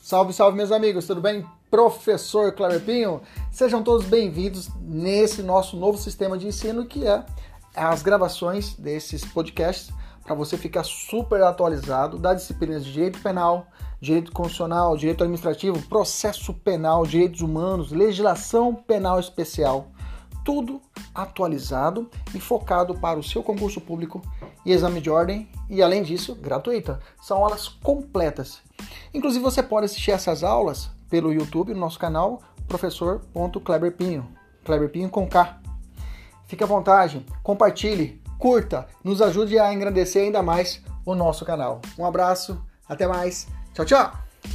Salve, salve, meus amigos, tudo bem? Professor Kleber Pinho, sejam todos bem-vindos nesse nosso novo sistema de ensino que é as gravações desses podcasts para você ficar super atualizado das disciplinas de direito penal, direito constitucional, direito administrativo, processo penal, direitos humanos, legislação penal especial, tudo atualizado e focado para o seu concurso público e exame de ordem e, além disso, gratuita. São aulas completas. Inclusive, você pode assistir essas aulas pelo YouTube, no nosso canal, professor.kleberpinho, Kleber Pinho com K. Fique à vontade, compartilhe, curta, nos ajude a engrandecer ainda mais o nosso canal. Um abraço, até mais, tchau, tchau!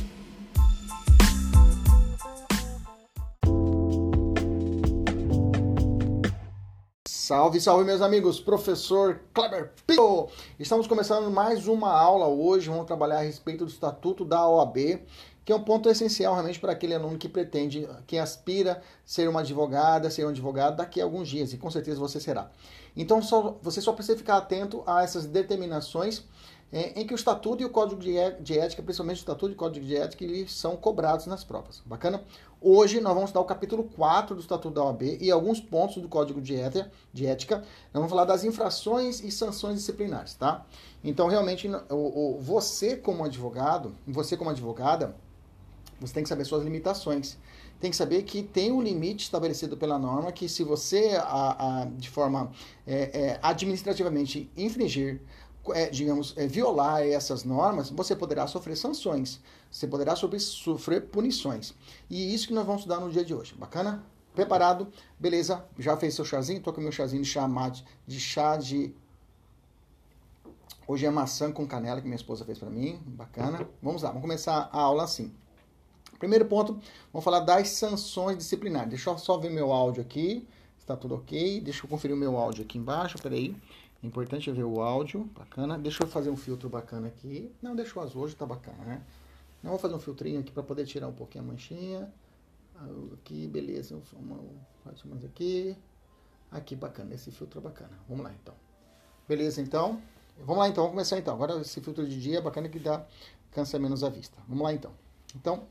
Salve, salve, meus amigos, professor Kleber Pinho! Estamos começando mais uma aula hoje, vamos trabalhar a respeito do Estatuto da OAB, que é um ponto essencial realmente para aquele aluno que pretende, que aspira ser uma advogada, ser um advogado daqui a alguns dias, e com certeza você será. Então, você só precisa ficar atento a essas determinações em que o Estatuto e o Código de Ética, principalmente o Estatuto e o Código de Ética, eles são cobrados nas provas. Bacana? Hoje nós vamos estudar o capítulo 4 do Estatuto da OAB e alguns pontos do Código de Ética. Nós vamos falar das infrações e sanções disciplinares, tá? Então, realmente, você como advogado, você como advogada, você tem que saber suas limitações. Tem que saber que tem um limite estabelecido pela norma, que se você, de forma administrativamente infringir, violar essas normas, você poderá sofrer sanções, você poderá sofrer punições. E isso que nós vamos estudar no dia de hoje. Bacana? Preparado? Beleza? Já fez seu chazinho? Tô com meu chazinho de chá de... Hoje é maçã com canela que minha esposa fez para mim. Bacana? Vamos lá, vamos começar a aula assim. Primeiro ponto, vamos falar das sanções disciplinares. Deixa eu só ver meu áudio aqui. Está tudo ok? Deixa eu conferir o meu áudio aqui embaixo. Peraí. É importante ver o áudio. Bacana. Deixa eu fazer um filtro bacana aqui. Não, deixa o azul. Hoje tá bacana, né? Não, vou fazer um filtrinho aqui para poder tirar um pouquinho a manchinha. Aqui, beleza. Faz mais aqui. Aqui, bacana. Esse filtro é bacana. Vamos lá, então. Beleza, então. Vamos lá, então. Vamos começar, então. Agora, esse filtro de dia é bacana que cansa menos a vista. Vamos lá, então. Então,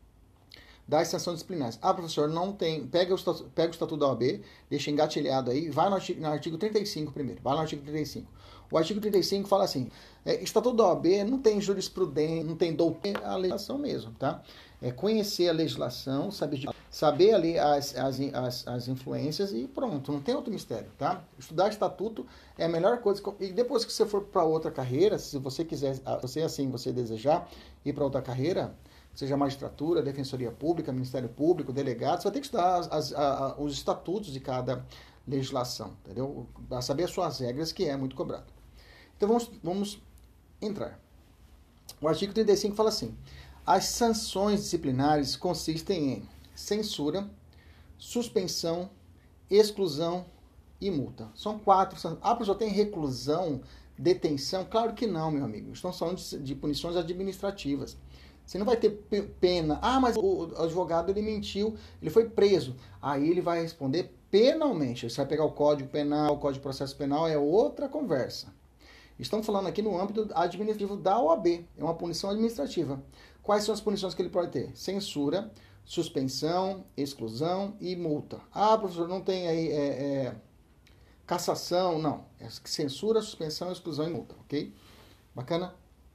das sanções disciplinares. Ah, professor, não tem... Pega o Estatuto da OAB, deixa engatilhado aí, vai no artigo 35 primeiro. Vai no artigo 35. O artigo 35 fala assim, Estatuto da OAB não tem jurisprudência, não tem doutrina, a legislação mesmo, tá? É conhecer a legislação, saber ali as influências e pronto, não tem outro mistério, tá? Estudar Estatuto é a melhor coisa. E depois que você for para outra carreira, se você quiser, você desejar ir para outra carreira, seja magistratura, defensoria pública, ministério público, delegado, você vai ter que estudar os estatutos de cada legislação, entendeu? Para saber as suas regras, que é muito cobrado. Então, vamos entrar. O artigo 35 fala assim, as sanções disciplinares consistem em censura, suspensão, exclusão e multa. São 4 sanções. Ah, professor, tem reclusão, detenção? Claro que não, meu amigo. Estamos falando de punições administrativas. Você não vai ter pena. Ah, mas o advogado, ele mentiu, ele foi preso. Aí ele vai responder penalmente. Você vai pegar o Código Penal, o Código de Processo Penal, é outra conversa. Estamos falando aqui no âmbito administrativo da OAB. É uma punição administrativa. Quais são as punições que ele pode ter? Censura, suspensão, exclusão e multa. Ah, professor, não tem aí cassação. Não. É censura, suspensão, exclusão e multa. Ok? Bacana?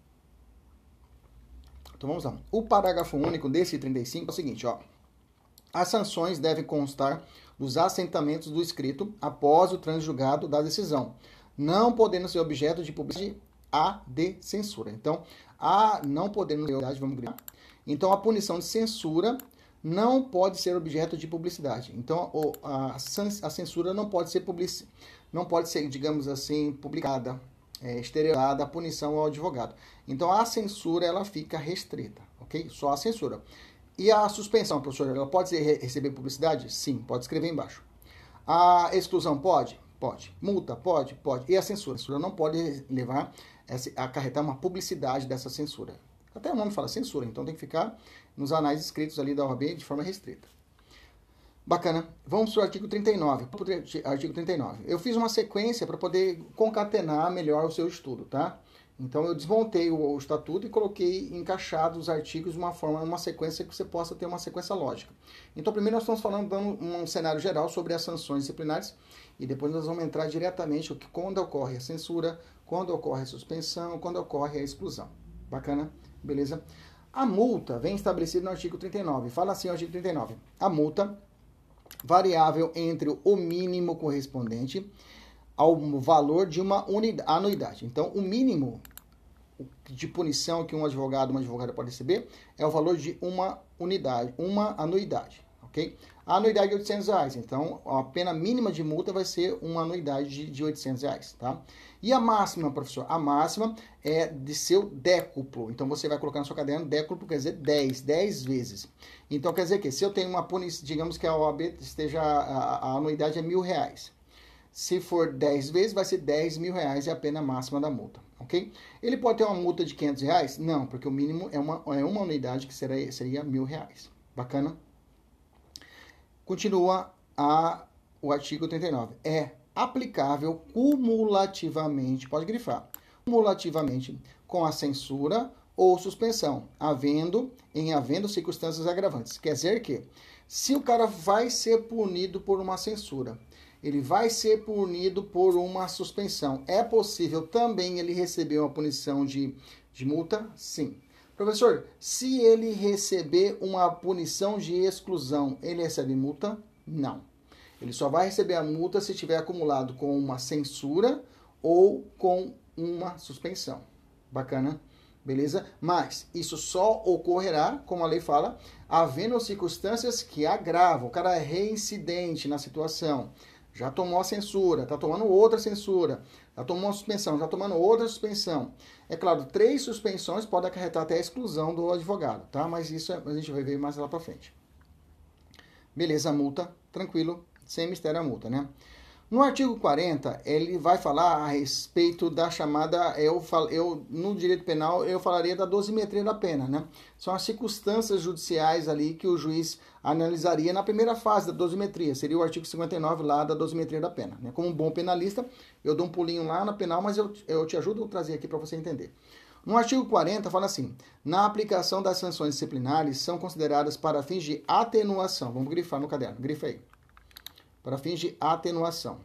Então vamos lá. O parágrafo único desse 35 é o seguinte, ó. As sanções devem constar dos assentamentos do escrito após o trânsito julgado da decisão, não podendo ser objeto de publicidade de censura. Então, não podendo ser objeto, vamos gritar. Então, a punição de censura não pode ser objeto de publicidade. Então, a censura não pode ser, digamos assim, publicada, exteriorizada a punição ao advogado. Então, a censura, ela fica restrita, ok? Só a censura. E a suspensão, professor, ela pode receber publicidade? Sim, pode escrever embaixo. A exclusão pode? Pode. Multa? Pode? Pode. E a censura? A censura não pode acarretar uma publicidade dessa censura. Até o nome fala censura, então tem que ficar nos anais escritos ali da OAB de forma restrita. Bacana. Vamos para o artigo 39. Artigo 39. Eu fiz uma sequência para poder concatenar melhor o seu estudo, tá? Então eu desmontei o estatuto e coloquei encaixados os artigos de uma sequência que você possa ter uma sequência lógica. Então primeiro nós estamos falando, dando um cenário geral sobre as sanções disciplinares e depois nós vamos entrar diretamente quando ocorre a censura, quando ocorre a suspensão, quando ocorre a exclusão. Bacana? Beleza? A multa vem estabelecida no artigo 39. Fala assim o artigo 39. A multa variável entre o mínimo correspondente ao valor de uma anuidade. Então, o mínimo de punição que um advogado, uma advogada pode receber é o valor de uma anuidade, ok? A anuidade é R$800, então a pena mínima de multa vai ser uma anuidade de R$800, tá? E a máxima, professor? A máxima é de seu décuplo. Então, você vai colocar no seu caderno, décuplo quer dizer 10 vezes. Então, quer dizer que se eu tenho uma punição, digamos que a OAB esteja, a anuidade é R$1.000. Se for 10 vezes, vai ser R$10.000 é a pena máxima da multa, ok? Ele pode ter uma multa de R$500? Não, porque o mínimo é uma unidade que seria R$1.000. Bacana? Continua o artigo 39. É aplicável cumulativamente, pode grifar, cumulativamente com a censura ou suspensão, havendo circunstâncias agravantes. Quer dizer que, se o cara vai ser punido por uma censura, ele vai ser punido por uma suspensão, é possível também ele receber uma punição de multa? Sim. Professor, se ele receber uma punição de exclusão, ele recebe multa? Não. Ele só vai receber a multa se tiver acumulado com uma censura ou com uma suspensão. Bacana? Beleza? Mas isso só ocorrerá, como a lei fala, havendo circunstâncias que agravam. O cara é reincidente na situação. Já tomou a censura, está tomando outra censura, já tomou uma suspensão, já tomando outra suspensão. É claro, 3 suspensões podem acarretar até a exclusão do advogado, tá? Mas isso a gente vai ver mais lá para frente. Beleza, a multa, tranquilo, sem mistério a multa, né? No artigo 40, ele vai falar a respeito da chamada, no direito penal, eu falaria da dosimetria da pena, né? São as circunstâncias judiciais ali que o juiz analisaria na primeira fase da dosimetria, seria o artigo 59 lá da dosimetria da pena, né? Como um bom penalista, eu dou um pulinho lá na penal, mas eu te ajudo a trazer aqui para você entender. No artigo 40, fala assim, na aplicação das sanções disciplinares são consideradas para fins de atenuação, vamos grifar no caderno, grifa aí. Para fins de atenuação.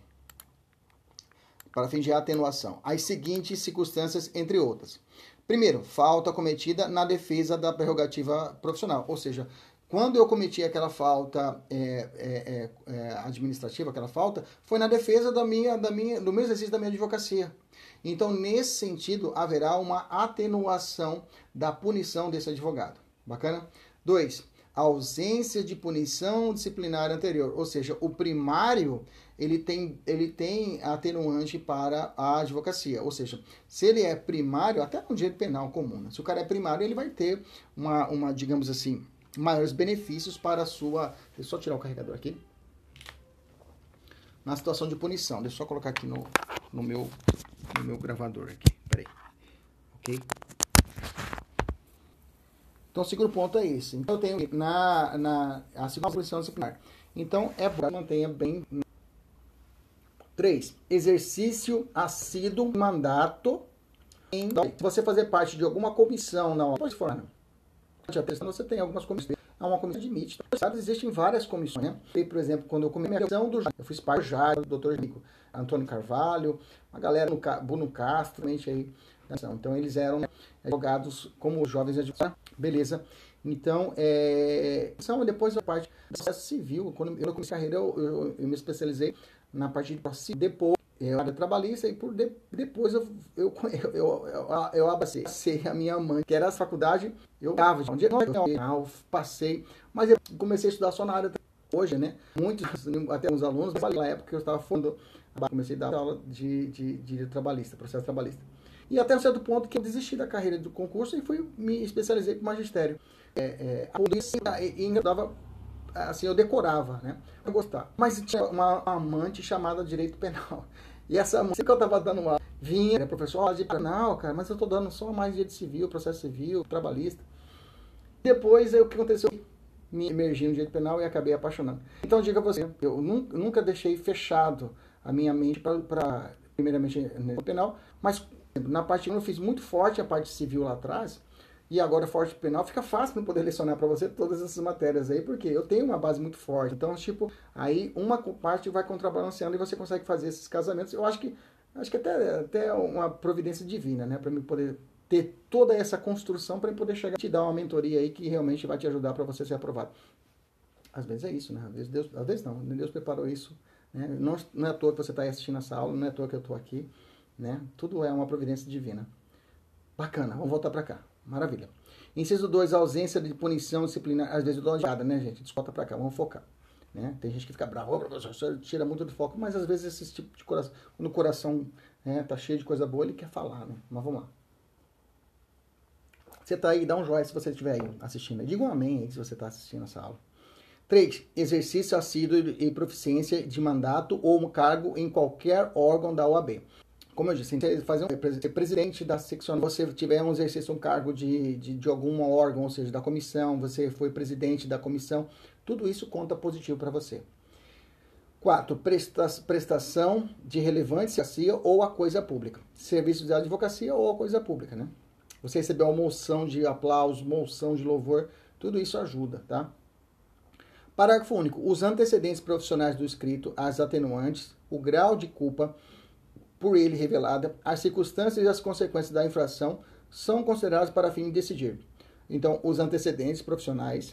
Para fins de atenuação. As seguintes circunstâncias, entre outras. Primeiro, falta cometida na defesa da prerrogativa profissional. Ou seja, quando eu cometi aquela falta administrativa, aquela falta, foi na defesa do meu exercício da minha advocacia. Então, nesse sentido, haverá uma atenuação da punição desse advogado. Bacana? 2. Ausência de punição disciplinar anterior, ou seja, o primário ele tem atenuante para a advocacia, ou seja, se ele é primário, até no direito penal comum, né? Se o cara é primário, ele vai ter digamos assim, maiores benefícios para a sua... Deixa eu só tirar o carregador aqui. Na situação de punição, deixa eu só colocar aqui no meu gravador aqui, peraí, ok? Então, o segundo ponto é esse. Então, eu tenho a segunda punição disciplinar. Então, é bom que mantenha bem. 3. Exercício assíduo mandato. Se você fazer parte de alguma comissão na hora, você tem algumas comissões. Há uma comissão de admite. Existem várias comissões, né? Por exemplo, quando eu comecei a comissão eu fiz parte do Jair, do Dr. Antônio Carvalho, uma galera, Bruno Castro, aí. Então, eles eram advogados como jovens advogados. Beleza. Então, depois da parte do processo civil, quando eu comecei a carreira, eu me especializei na parte de processo civil. Depois, área trabalhista, e depois eu abracei a minha mãe, que era a faculdade, eu dava, passei, mas eu comecei a estudar só na área hoje, né? Muitos, até uns alunos, na época que eu estava fundando, comecei a dar aula de trabalhista, processo trabalhista. E até um certo ponto que eu desisti da carreira do concurso e me especializei com magistério. Eu decorava, né? Eu gostava. Mas tinha uma amante chamada Direito Penal. E essa amante que eu estava dando aula, vinha, professor, de penal, cara, mas eu estou dando só mais direito civil, processo civil, trabalhista. Depois, o que aconteceu? Me emergi no direito penal e acabei apaixonando. Então, diga a você, eu nunca deixei fechado a minha mente para primeiramente no penal, mas Na parte 1 eu fiz muito forte a parte civil lá atrás, e agora forte penal, fica fácil não poder lecionar para você todas essas matérias aí, porque eu tenho uma base muito forte. Então, tipo, aí uma parte vai contrabalanceando e você consegue fazer esses casamentos. Eu acho que até uma providência divina, né? Para mim poder ter toda essa construção para poder chegar e te dar uma mentoria aí que realmente vai te ajudar para você ser aprovado. Às vezes é isso, né? Às vezes não, Deus preparou isso, né? Não é à toa que você está assistindo essa aula, não é à toa que eu estou aqui, né? Tudo é uma providência divina. Bacana, vamos voltar para cá. Maravilha. Inciso 2, ausência de punição disciplinar. Às vezes eu dou uma olhada, né, gente? Volta para cá, vamos focar. Né? Tem gente que fica bravo, professor, tira muito do foco, mas às vezes esse tipo de coração, quando o coração tá cheio de coisa boa, ele quer falar, né? Mas vamos lá. Você tá aí, dá um joinha se você estiver aí assistindo. Diga um amém aí se você está assistindo essa aula. 3. Exercício assíduo e proficiência de mandato ou cargo em qualquer órgão da OAB. Como eu disse, ser presidente da seccional, você tiver um exercício, um cargo de algum órgão, ou seja, da comissão, você foi presidente da comissão, tudo isso conta positivo para você. 4. Prestação de relevância ou a coisa pública. Serviço de advocacia ou a coisa pública, né? Você recebeu uma moção de aplauso, moção de louvor, tudo isso ajuda, tá? Parágrafo único. Os antecedentes profissionais do escrito, as atenuantes, o grau de culpa por ele revelada, as circunstâncias e as consequências da infração são consideradas para fim de decidir. Então, os antecedentes profissionais,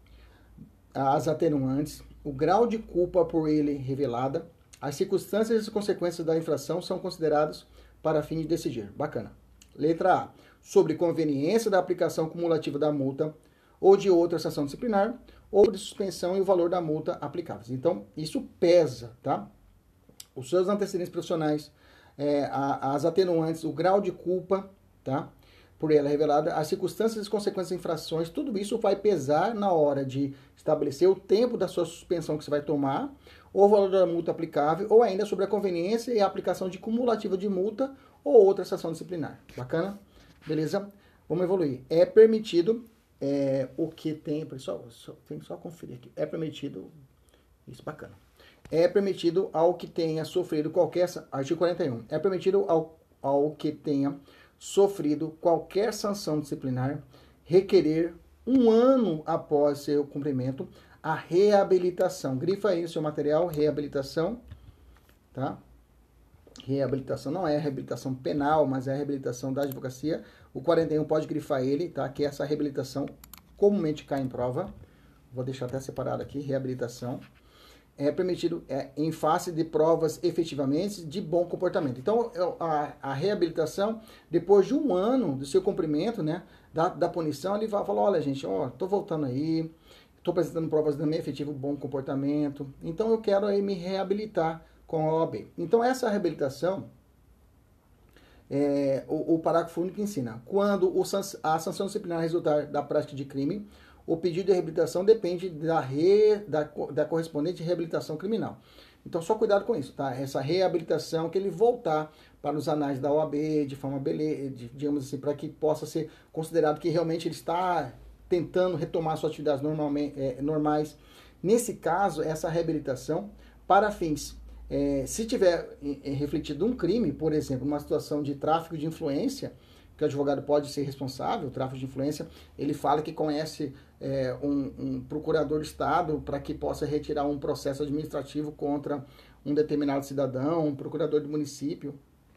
as atenuantes, o grau de culpa por ele revelada, as circunstâncias e as consequências da infração são consideradas para fim de decidir. Bacana. Letra A. Sobre conveniência da aplicação cumulativa da multa ou de outra sanção disciplinar ou de suspensão e o valor da multa aplicáveis. Então, isso pesa, tá? Os seus antecedentes profissionais, as atenuantes, o grau de culpa, tá? Por ela revelada, as circunstâncias e consequências das infrações, tudo isso vai pesar na hora de estabelecer o tempo da sua suspensão que você vai tomar, ou o valor da multa aplicável, ou ainda sobre a conveniência e a aplicação de cumulativa de multa ou outra sanção disciplinar. Bacana? Beleza? Vamos evoluir. É permitido o que tem... Pessoal, tem que só conferir aqui. É permitido... Isso, bacana. É permitido ao que tenha sofrido qualquer... Artigo 41. É permitido ao que tenha sofrido qualquer sanção disciplinar requerer 1 ano após seu cumprimento a reabilitação. Grifa aí o seu material, reabilitação, tá? Reabilitação não é reabilitação penal, mas é a reabilitação da advocacia. O 41 pode grifar ele, tá? Que essa reabilitação comumente cai em prova. Vou deixar até separado aqui, reabilitação. É permitido em face de provas efetivamente de bom comportamento. Então, a reabilitação, depois de 1 ano do seu cumprimento, né, da punição, ele vai falar, olha, gente, tô voltando aí, tô apresentando provas do meu efetivo bom comportamento, então eu quero aí me reabilitar com a OAB. Então, essa reabilitação, o parágrafo único ensina, quando a sanção disciplinar resultar da prática de crime, o pedido de reabilitação depende da correspondente reabilitação criminal. Então, só cuidado com isso, tá? Essa reabilitação, que ele voltar para os anais da OAB de forma, digamos assim, para que possa ser considerado que realmente ele está tentando retomar suas atividades normais. Nesse caso, essa reabilitação, para fins, se tiver refletido um crime, por exemplo, uma situação de tráfico de influência, que o advogado pode ser responsável, o tráfico de influência, ele fala que conhece um procurador de Estado para que possa retirar um processo administrativo contra um determinado cidadão, um procurador do município,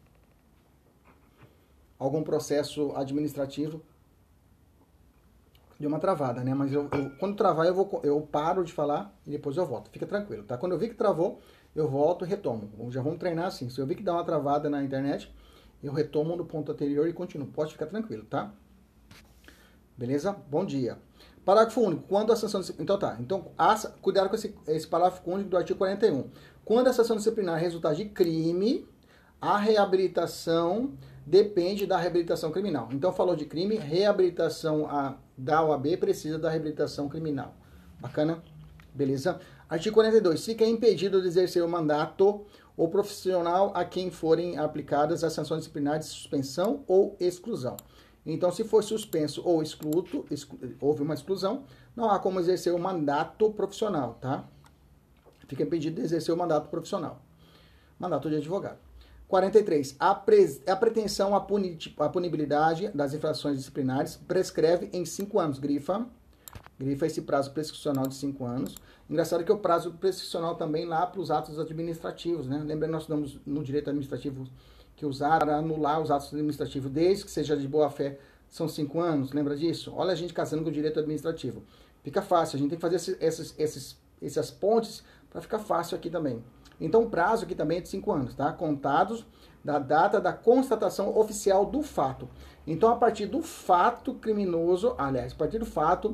algum processo administrativo. Deu uma travada, né? Mas quando travar, eu paro de falar e depois eu volto. Fica tranquilo, tá? Quando eu vi que travou, eu volto e retomo. Já vamos treinar assim. Se eu vi que dá uma travada na internet, eu retomo no ponto anterior e continuo. Pode ficar tranquilo, tá? Beleza? Bom dia. Parágrafo único. Quando a sanção... Então tá. Então, cuidado com esse parágrafo único do artigo 41. Quando a sanção disciplinar resultar de crime, a reabilitação depende da reabilitação criminal. Então, falou de crime, reabilitação da OAB precisa da reabilitação criminal. Bacana? Beleza? Artigo 42. Fica impedido de exercer o mandato ou profissional a quem forem aplicadas as sanções disciplinares de suspensão ou exclusão. Então, se for suspenso ou houve uma exclusão, não há como exercer o mandato profissional, tá? Fica impedido de exercer o mandato profissional. Mandato de advogado. 43. A pretensão à punibilidade das infrações disciplinares prescreve em 5 anos. Grifa esse prazo prescricional de 5 anos. Engraçado que o prazo prescricional também lá para os atos administrativos, né? Lembrando, nós damos no direito administrativo que usar para anular os atos administrativos, desde que seja de boa fé, são 5 anos. Lembra disso? Olha a gente casando com o direito administrativo. Fica fácil, a gente tem que fazer essas pontes para ficar fácil aqui também. Então, o prazo aqui também é de 5 anos, tá? Contados da data da constatação oficial do fato. Então, a partir do fato criminoso, aliás, a partir do fato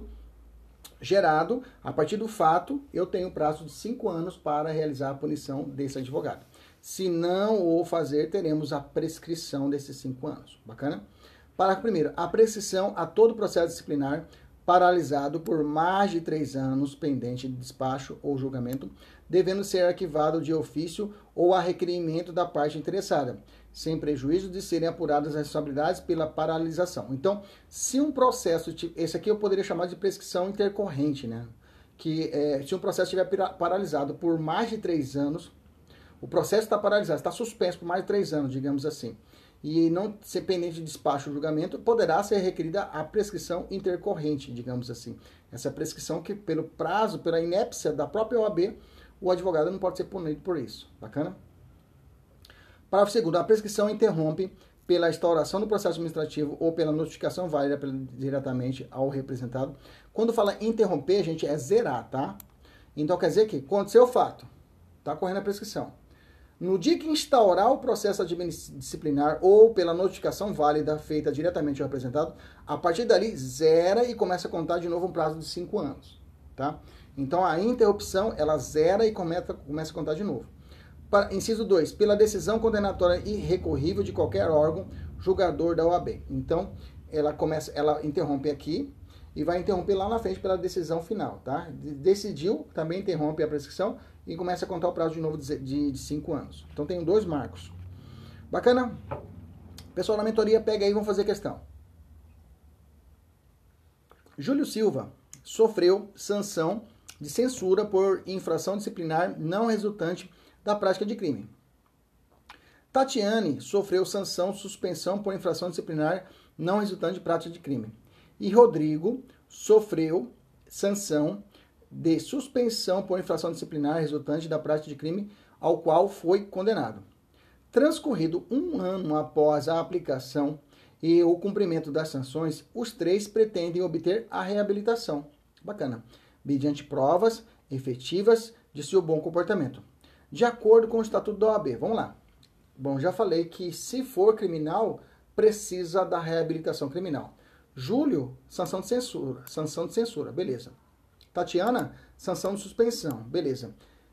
gerado, a partir do fato, eu tenho prazo de 5 anos para realizar a punição desse advogado. Se não o fazer, teremos a prescrição desses 5 anos. Bacana? Parágrafo 1º. A prescrição a todo processo disciplinar paralisado por mais de 3 anos pendente de despacho ou julgamento, devendo ser arquivado de ofício ou a requerimento da parte interessada, sem prejuízo de serem apuradas as responsabilidades pela paralisação. Então, se um processo, esse aqui eu poderia chamar de prescrição intercorrente, né? Se um processo estiver paralisado por mais de 3 anos, o processo está paralisado, está suspenso por mais de 3 anos, digamos assim, e não ser pendente de despacho ou julgamento, poderá ser requerida a prescrição intercorrente, digamos assim. Essa prescrição que, pelo prazo, pela inépcia da própria OAB, o advogado não pode ser punido por isso. Bacana? Parágrafo 2º. A prescrição interrompe pela instauração do processo administrativo ou pela notificação válida diretamente ao representado. Quando fala interromper, gente, é zerar, tá? Então, quer dizer que aconteceu o fato, está correndo a prescrição. No dia que instaurar o processo disciplinar ou pela notificação válida feita diretamente ao representado, a partir dali zera e começa a contar de novo um prazo de 5 anos, tá? Então a interrupção, ela zera e começa a contar de novo. Inciso 2, pela decisão condenatória irrecorrível de qualquer órgão julgador da OAB. Então ela interrompe aqui e vai interromper lá na frente pela decisão final, tá? Decidiu, também interrompe a prescrição e começa a contar o prazo de novo de 5 anos. Então tem 2 marcos. Bacana? Pessoal da mentoria, pega aí e vamos fazer questão. Júlio Silva sofreu sanção de censura por infração disciplinar não resultante da prática de crime. Tatiane sofreu suspensão por infração disciplinar não resultante de prática de crime. E Rodrigo sofreu sanção de suspensão por infração disciplinar resultante da prática de crime ao qual foi condenado. Transcorrido 1 ano após a aplicação e o cumprimento das sanções, os 3 pretendem obter a reabilitação. Bacana. Mediante provas efetivas de seu bom comportamento. De acordo com o Estatuto da OAB. Vamos lá. Bom, já falei que se for criminal, precisa da reabilitação criminal. Júlio, sanção de censura, beleza. Tatiana, sanção de suspensão, beleza.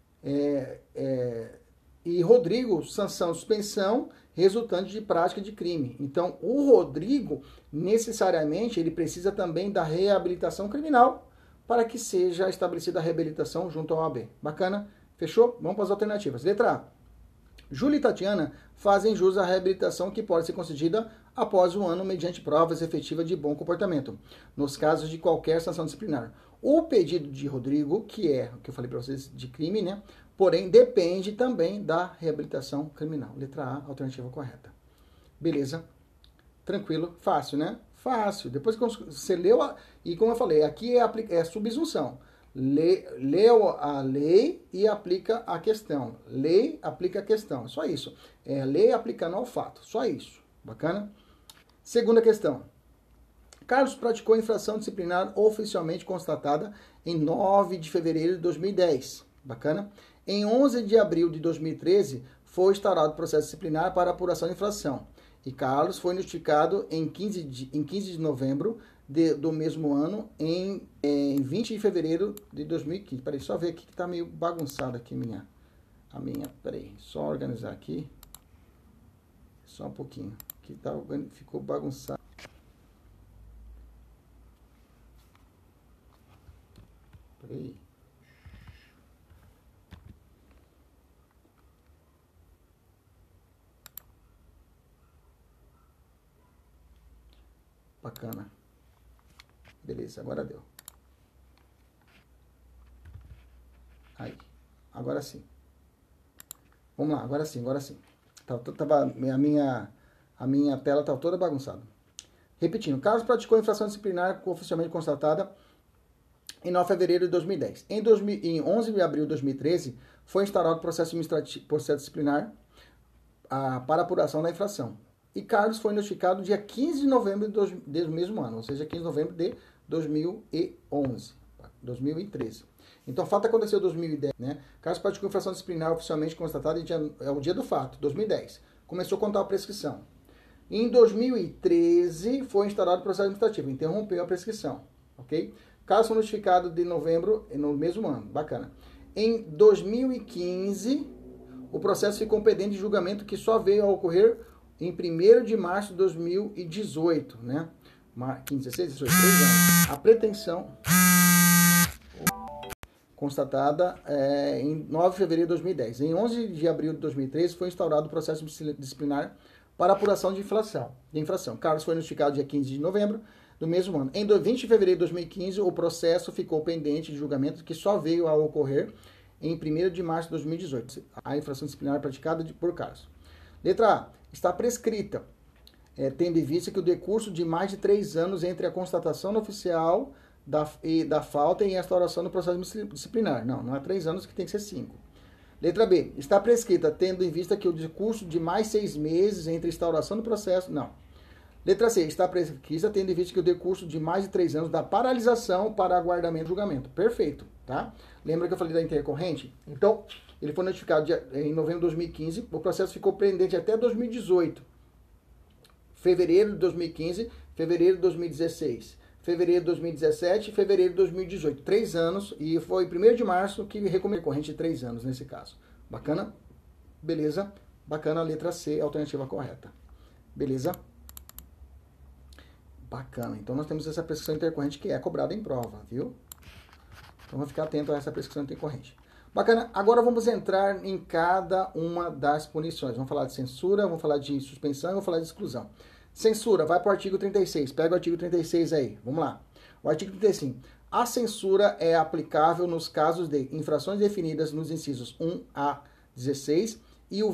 E Rodrigo, sanção de suspensão resultante de prática de crime. Então, o Rodrigo, necessariamente, ele precisa também da reabilitação criminal para que seja estabelecida a reabilitação junto ao OAB. Bacana? Fechou? Vamos para as alternativas. Letra A. Júlio e Tatiana fazem jus à reabilitação que pode ser concedida após 1 ano mediante provas efetivas de bom comportamento, nos casos de qualquer sanção disciplinar. O pedido de Rodrigo, que é o que eu falei para vocês de crime, né? Porém, depende também da reabilitação criminal. Letra A, alternativa correta. Beleza? Tranquilo? Fácil, né? Fácil. Depois que você leu, e como eu falei, aqui é subsunção. Leu a lei e aplica a questão. Lei, aplica a questão. Só isso. É a lei aplicando ao fato. Só isso. Bacana? Segunda questão. Carlos praticou infração disciplinar oficialmente constatada em 9 de fevereiro de 2010. Bacana? Em 11 de abril de 2013, foi instaurado processo disciplinar para apuração de infração. E Carlos foi notificado em 15 de novembro do mesmo ano, em 20 de fevereiro de 2015. Peraí, só ver aqui que tá meio bagunçado aqui peraí, só organizar aqui. Só um pouquinho. Aqui ficou bagunçado. Peraí. Bacana. Beleza, agora deu. Aí. Agora sim. Vamos lá, agora sim. A minha tela estava toda bagunçada. Repetindo, Carlos praticou infração disciplinar oficialmente constatada em 9 de fevereiro de 2010. Em 11 de abril de 2013, foi instaurado o processo disciplinar para apuração da infração. E Carlos foi notificado dia 15 de novembro do mesmo ano, ou seja, 15 de novembro de 2013. Então, o fato aconteceu em 2010, né? Carlos praticou infração disciplinar oficialmente constatada é o dia do fato, 2010. Começou a contar a prescrição. Em 2013, foi instaurado o processo administrativo, interrompeu a prescrição, ok? Carlos foi notificado de novembro no mesmo ano, bacana. Em 2015, o processo ficou pendente de julgamento que só veio a ocorrer em 1º de março de 2018, né? 15, 16, 18, 3 anos. A pretensão constatada em 9 de fevereiro de 2010. Em 11 de abril de 2013, foi instaurado o processo disciplinar para apuração de infração. Carlos foi notificado dia 15 de novembro do mesmo ano. Em 20 de fevereiro de 2015, o processo ficou pendente de julgamento que só veio a ocorrer em 1º de março de 2018. A infração disciplinar praticada por Carlos. Letra A. Está prescrita, tendo em vista que o decurso de mais de 3 anos entre a constatação oficial da falta e a instauração do processo disciplinar. Não é 3 anos, que tem que ser 5. Letra B. Está prescrita, tendo em vista que o decurso de mais 6 meses entre a instauração do processo... Não. Letra C. Está prescrita, tendo em vista que o decurso de mais de 3 anos da paralisação para aguardamento e julgamento. Perfeito, tá? Lembra que eu falei da intercorrente? Então, ele foi notificado em novembro de 2015, o processo ficou pendente até 2018. Fevereiro de 2015, fevereiro de 2016, fevereiro de 2017 e fevereiro de 2018. 3 anos, e foi 1º de março que recomendou a corrente de 3 anos nesse caso. Bacana? Beleza? Bacana, a letra C, a alternativa correta. Beleza? Bacana. Então nós temos essa prescrição intercorrente que é cobrada em prova, viu? Então vamos ficar atento a essa prescrição intercorrente. Bacana. Agora vamos entrar em cada uma das punições. Vamos falar de censura, vamos falar de suspensão e vamos falar de exclusão. Censura, vai para o artigo 36. Pega o artigo 36 aí. Vamos lá. O artigo 35. A censura é aplicável nos casos de infrações definidas nos incisos 1 a 16 e o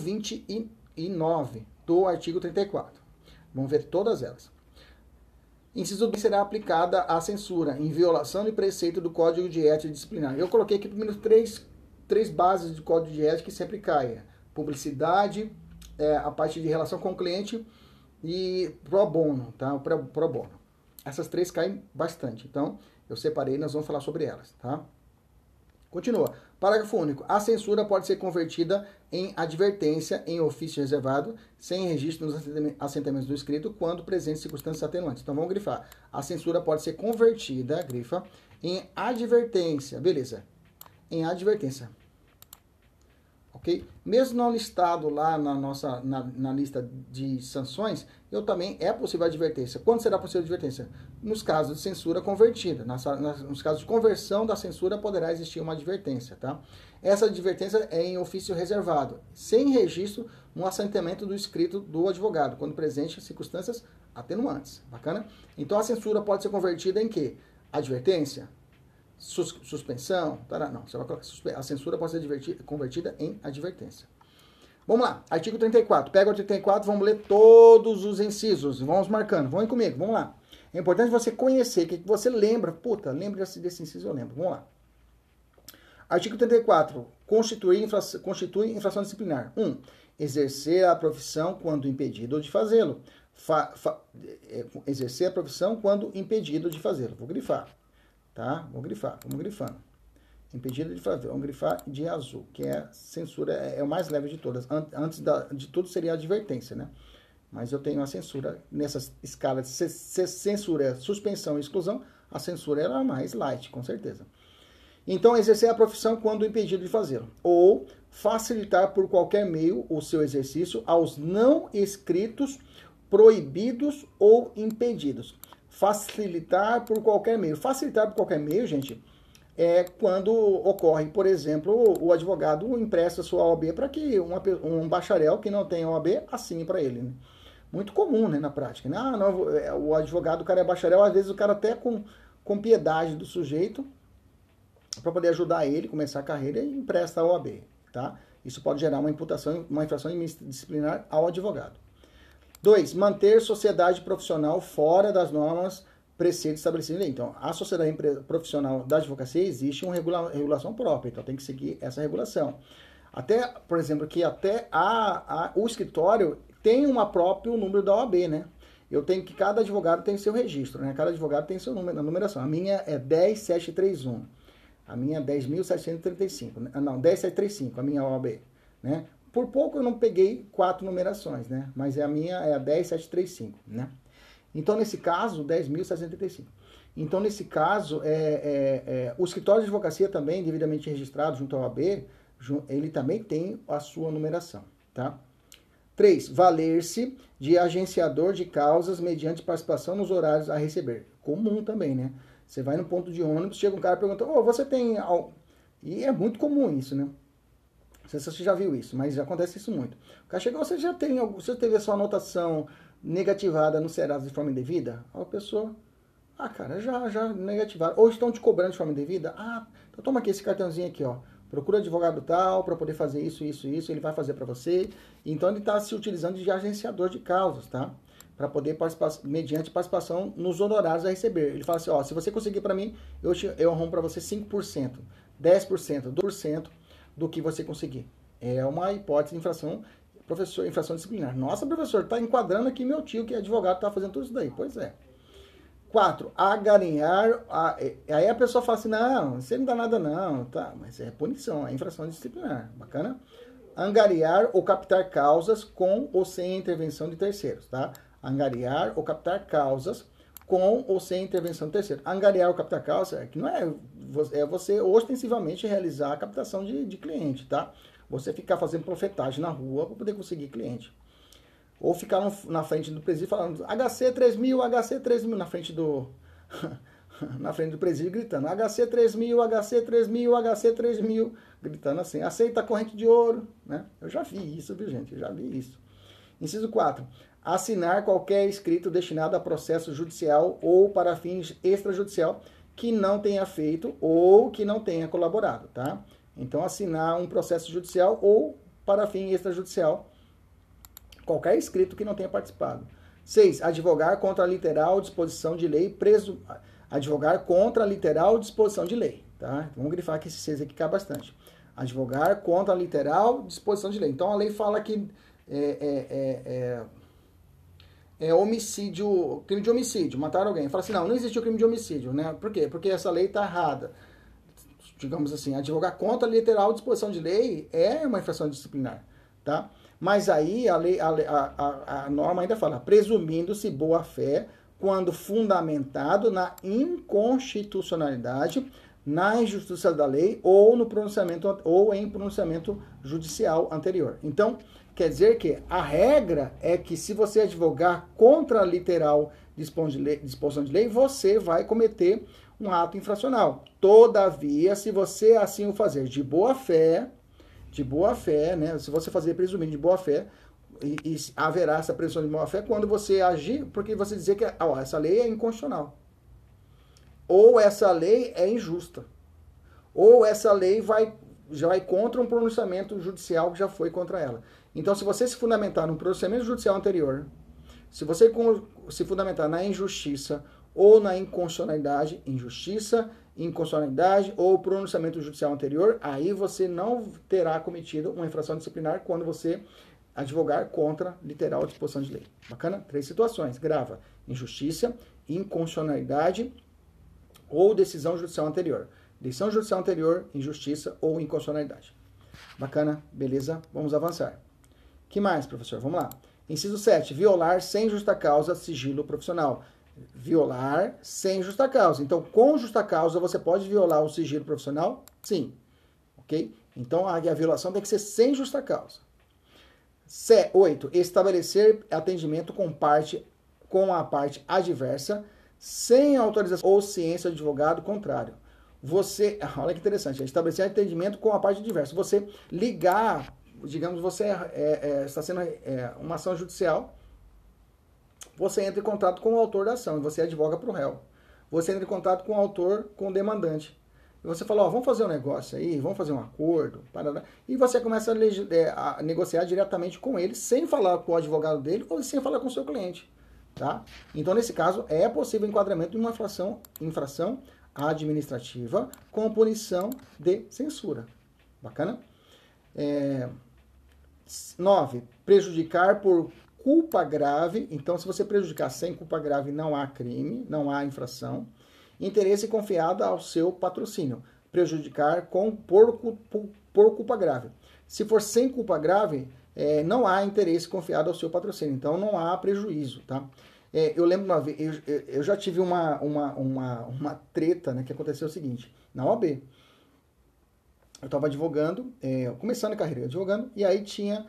29 do artigo 34. Vamos ver todas elas. Inciso 2, será aplicada a censura em violação de preceito do Código de Ética Disciplinar. Eu coloquei aqui primeiro três bases do Código de Ética que sempre caem. Publicidade, a parte de relação com o cliente e pro bono, tá? O pro bono. Essas 3 caem bastante. Então, eu separei, nós vamos falar sobre elas, tá? Continua. Parágrafo único. A censura pode ser convertida em advertência em ofício reservado, sem registro nos assentamentos do escrito, quando presentes circunstâncias atenuantes. Então, vamos grifar. A censura pode ser convertida, grifa, em advertência. Beleza. Em advertência. Ok? Mesmo não listado lá na lista de sanções, eu também é possível advertência. Quando será possível advertência? Nos casos de censura convertida. Nos casos de conversão da censura, poderá existir uma advertência, tá? Essa advertência é em ofício reservado, sem registro no assentamento do escrito do advogado, quando presente circunstâncias atenuantes. Bacana? Então, a censura pode ser convertida em quê? Advertência? Suspensão? Não, você vai colocar a censura pode ser convertida em advertência. Vamos lá, artigo 34. Pega o 34, vamos ler todos os incisos. Vamos marcando, vão comigo, vamos lá. É importante você conhecer, que você lembra. Puta, lembra desse inciso, eu lembro. Vamos lá. Artigo 34. Constitui infração disciplinar. 1. Exercer a profissão quando impedido de fazê-lo. Exercer a profissão quando impedido de fazê-lo. Vou grifar. Tá? Vamos grifando. Impedido de fazer. Vamos grifar de azul, que é censura, é o mais leve de todas. Antes de tudo seria a advertência, né? Mas eu tenho a censura nessas escalas. Se censura é suspensão e exclusão, a censura é a mais light, com certeza. Então, exercer a profissão quando impedido de fazê-lo. Ou facilitar por qualquer meio o seu exercício aos não escritos, proibidos ou impedidos. Facilitar por qualquer meio. Facilitar por qualquer meio, gente, é quando ocorre, por exemplo, o advogado empresta sua OAB para que um bacharel que não tem OAB assine para ele. Né? Muito comum, né, na prática. Né? O advogado, o cara é bacharel, às vezes o cara até com piedade do sujeito, para poder ajudar ele a começar a carreira, e empresta a OAB. Tá? Isso pode gerar uma imputação, uma infração disciplinar ao advogado. 2. Manter sociedade profissional fora das normas preceitos estabelecidos em lei. Então, a sociedade profissional da advocacia existe uma regulação própria, então tem que seguir essa regulação. Até, por exemplo, que até o escritório tem um próprio número da OAB, né? Eu tenho que cada advogado tem seu registro, né? Cada advogado tem seu número, a numeração. A minha é 10731. A minha é 10.735. Não, 10735, a minha OAB, né? Por pouco eu não peguei 4 numerações, né? Mas a minha é a 10735, né? Então, nesse caso, 10.735. Então, nesse caso, o escritório de advocacia também, devidamente registrado junto à OAB, ele também tem a sua numeração, tá? 3. Valer-se de agenciador de causas mediante participação nos horários a receber. Comum também, né? Você vai no ponto de ônibus, chega um cara e pergunta, você tem... E é muito comum isso, né? Não sei se você já viu isso, mas já acontece isso muito. O cara chega, você teve a sua anotação negativada no Serasa de forma indevida? A pessoa, cara, já negativaram. Ou estão te cobrando de forma indevida? Então toma aqui esse cartãozinho aqui, ó. Procura advogado tal para poder fazer isso, ele vai fazer para você. Então ele está se utilizando de agenciador de causas, tá? Para poder participar, mediante participação nos honorários a receber. Ele fala assim, se você conseguir para mim, eu arrumo para você 5%, 10%, 2% do que você conseguir. É uma hipótese de infração, professor, infração disciplinar. Nossa, professor, está enquadrando aqui meu tio que é advogado, está fazendo tudo isso daí. Pois é. 4. Agarinhar. Aí a pessoa fala assim, não, você não dá nada não, tá? Mas é punição, é infração disciplinar. Bacana? Angariar ou captar causas com ou sem intervenção de terceiros, tá? Angariar ou captar causas com ou sem intervenção de terceiro. Angariar ou captar causa, que não é você ostensivamente realizar a captação de cliente, tá? Você ficar fazendo profetagem na rua para poder conseguir cliente. Ou ficar na frente do presídio falando HC 3000, HC 3000, na frente do presídio gritando HC 3000, HC 3000, HC 3000, gritando assim, aceita a corrente de ouro, né? Eu já vi isso, viu, gente? Eu já vi isso. Inciso 4. Assinar qualquer escrito destinado a processo judicial ou para fins extrajudicial que não tenha feito ou que não tenha colaborado, tá? Então, assinar um processo judicial ou para fim extrajudicial, qualquer escrito que não tenha participado. 6. Advogar contra a literal disposição de lei, advogar contra a literal disposição de lei, tá? Vamos grifar que esse 6 aqui cai bastante. Advogar contra a literal disposição de lei. Então, a lei fala que homicídio, crime de homicídio, mataram alguém. Fala assim, não existiu crime de homicídio, né? Por quê? Porque essa lei está errada. Digamos assim, advogar contra a literal disposição de lei é uma infração disciplinar, tá? Mas aí a norma ainda fala, presumindo-se boa-fé quando fundamentado na inconstitucionalidade, na injustiça da lei ou no pronunciamento ou em pronunciamento judicial anterior. Então, quer dizer que a regra é que se você advogar contra a literal disposição de lei, você vai cometer um ato infracional. Todavia, se você assim o fazer de boa fé, né? Se você fazer presumindo de boa fé, e haverá essa presunção de boa fé quando você agir, porque você dizer que essa lei é inconstitucional. Ou essa lei é injusta. Ou essa lei já vai contra um pronunciamento judicial que já foi contra ela. Então, se você se fundamentar no pronunciamento judicial anterior, se você se fundamentar na injustiça ou na inconstitucionalidade, injustiça, inconstitucionalidade ou pronunciamento judicial anterior, aí você não terá cometido uma infração disciplinar quando você advogar contra literal disposição de lei. Bacana? 3 situações. Grava: injustiça, inconstitucionalidade ou decisão judicial anterior. Decisão judicial anterior, injustiça ou inconstitucionalidade. Bacana? Beleza? Vamos avançar. Que mais, professor? Vamos lá. Inciso 7. Violar sem justa causa sigilo profissional. Violar sem justa causa. Então, com justa causa, você pode violar o sigilo profissional? Sim. Ok? Então, a violação tem que ser sem justa causa. 8. Estabelecer atendimento com a parte adversa, sem autorização ou ciência do advogado contrário. Olha que interessante, estabelecer atendimento com a parte adversa. Você ligar, digamos, você está sendo uma ação judicial, você entra em contato com o autor da ação e você advoga para o réu. Você entra em contato com o autor, com o demandante. e você fala, ó, vamos fazer um negócio aí, vamos fazer um acordo, parará, e você começa a negociar diretamente com ele, sem falar com o advogado dele ou sem falar com o seu cliente. Tá? Então, nesse caso, é possível o enquadramento de uma infração administrativa com punição de censura. Bacana? 9. Prejudicar por culpa grave. Então, se você prejudicar sem culpa grave, não há crime, não há infração. Interesse confiado ao seu patrocínio. Prejudicar por culpa grave. Se for sem culpa grave, não há interesse confiado ao seu patrocínio. Então, não há prejuízo, tá? Eu lembro uma vez, eu já tive uma treta, né, que aconteceu o seguinte, na OAB. Eu estava advogando, começando a carreira advogando, e aí tinha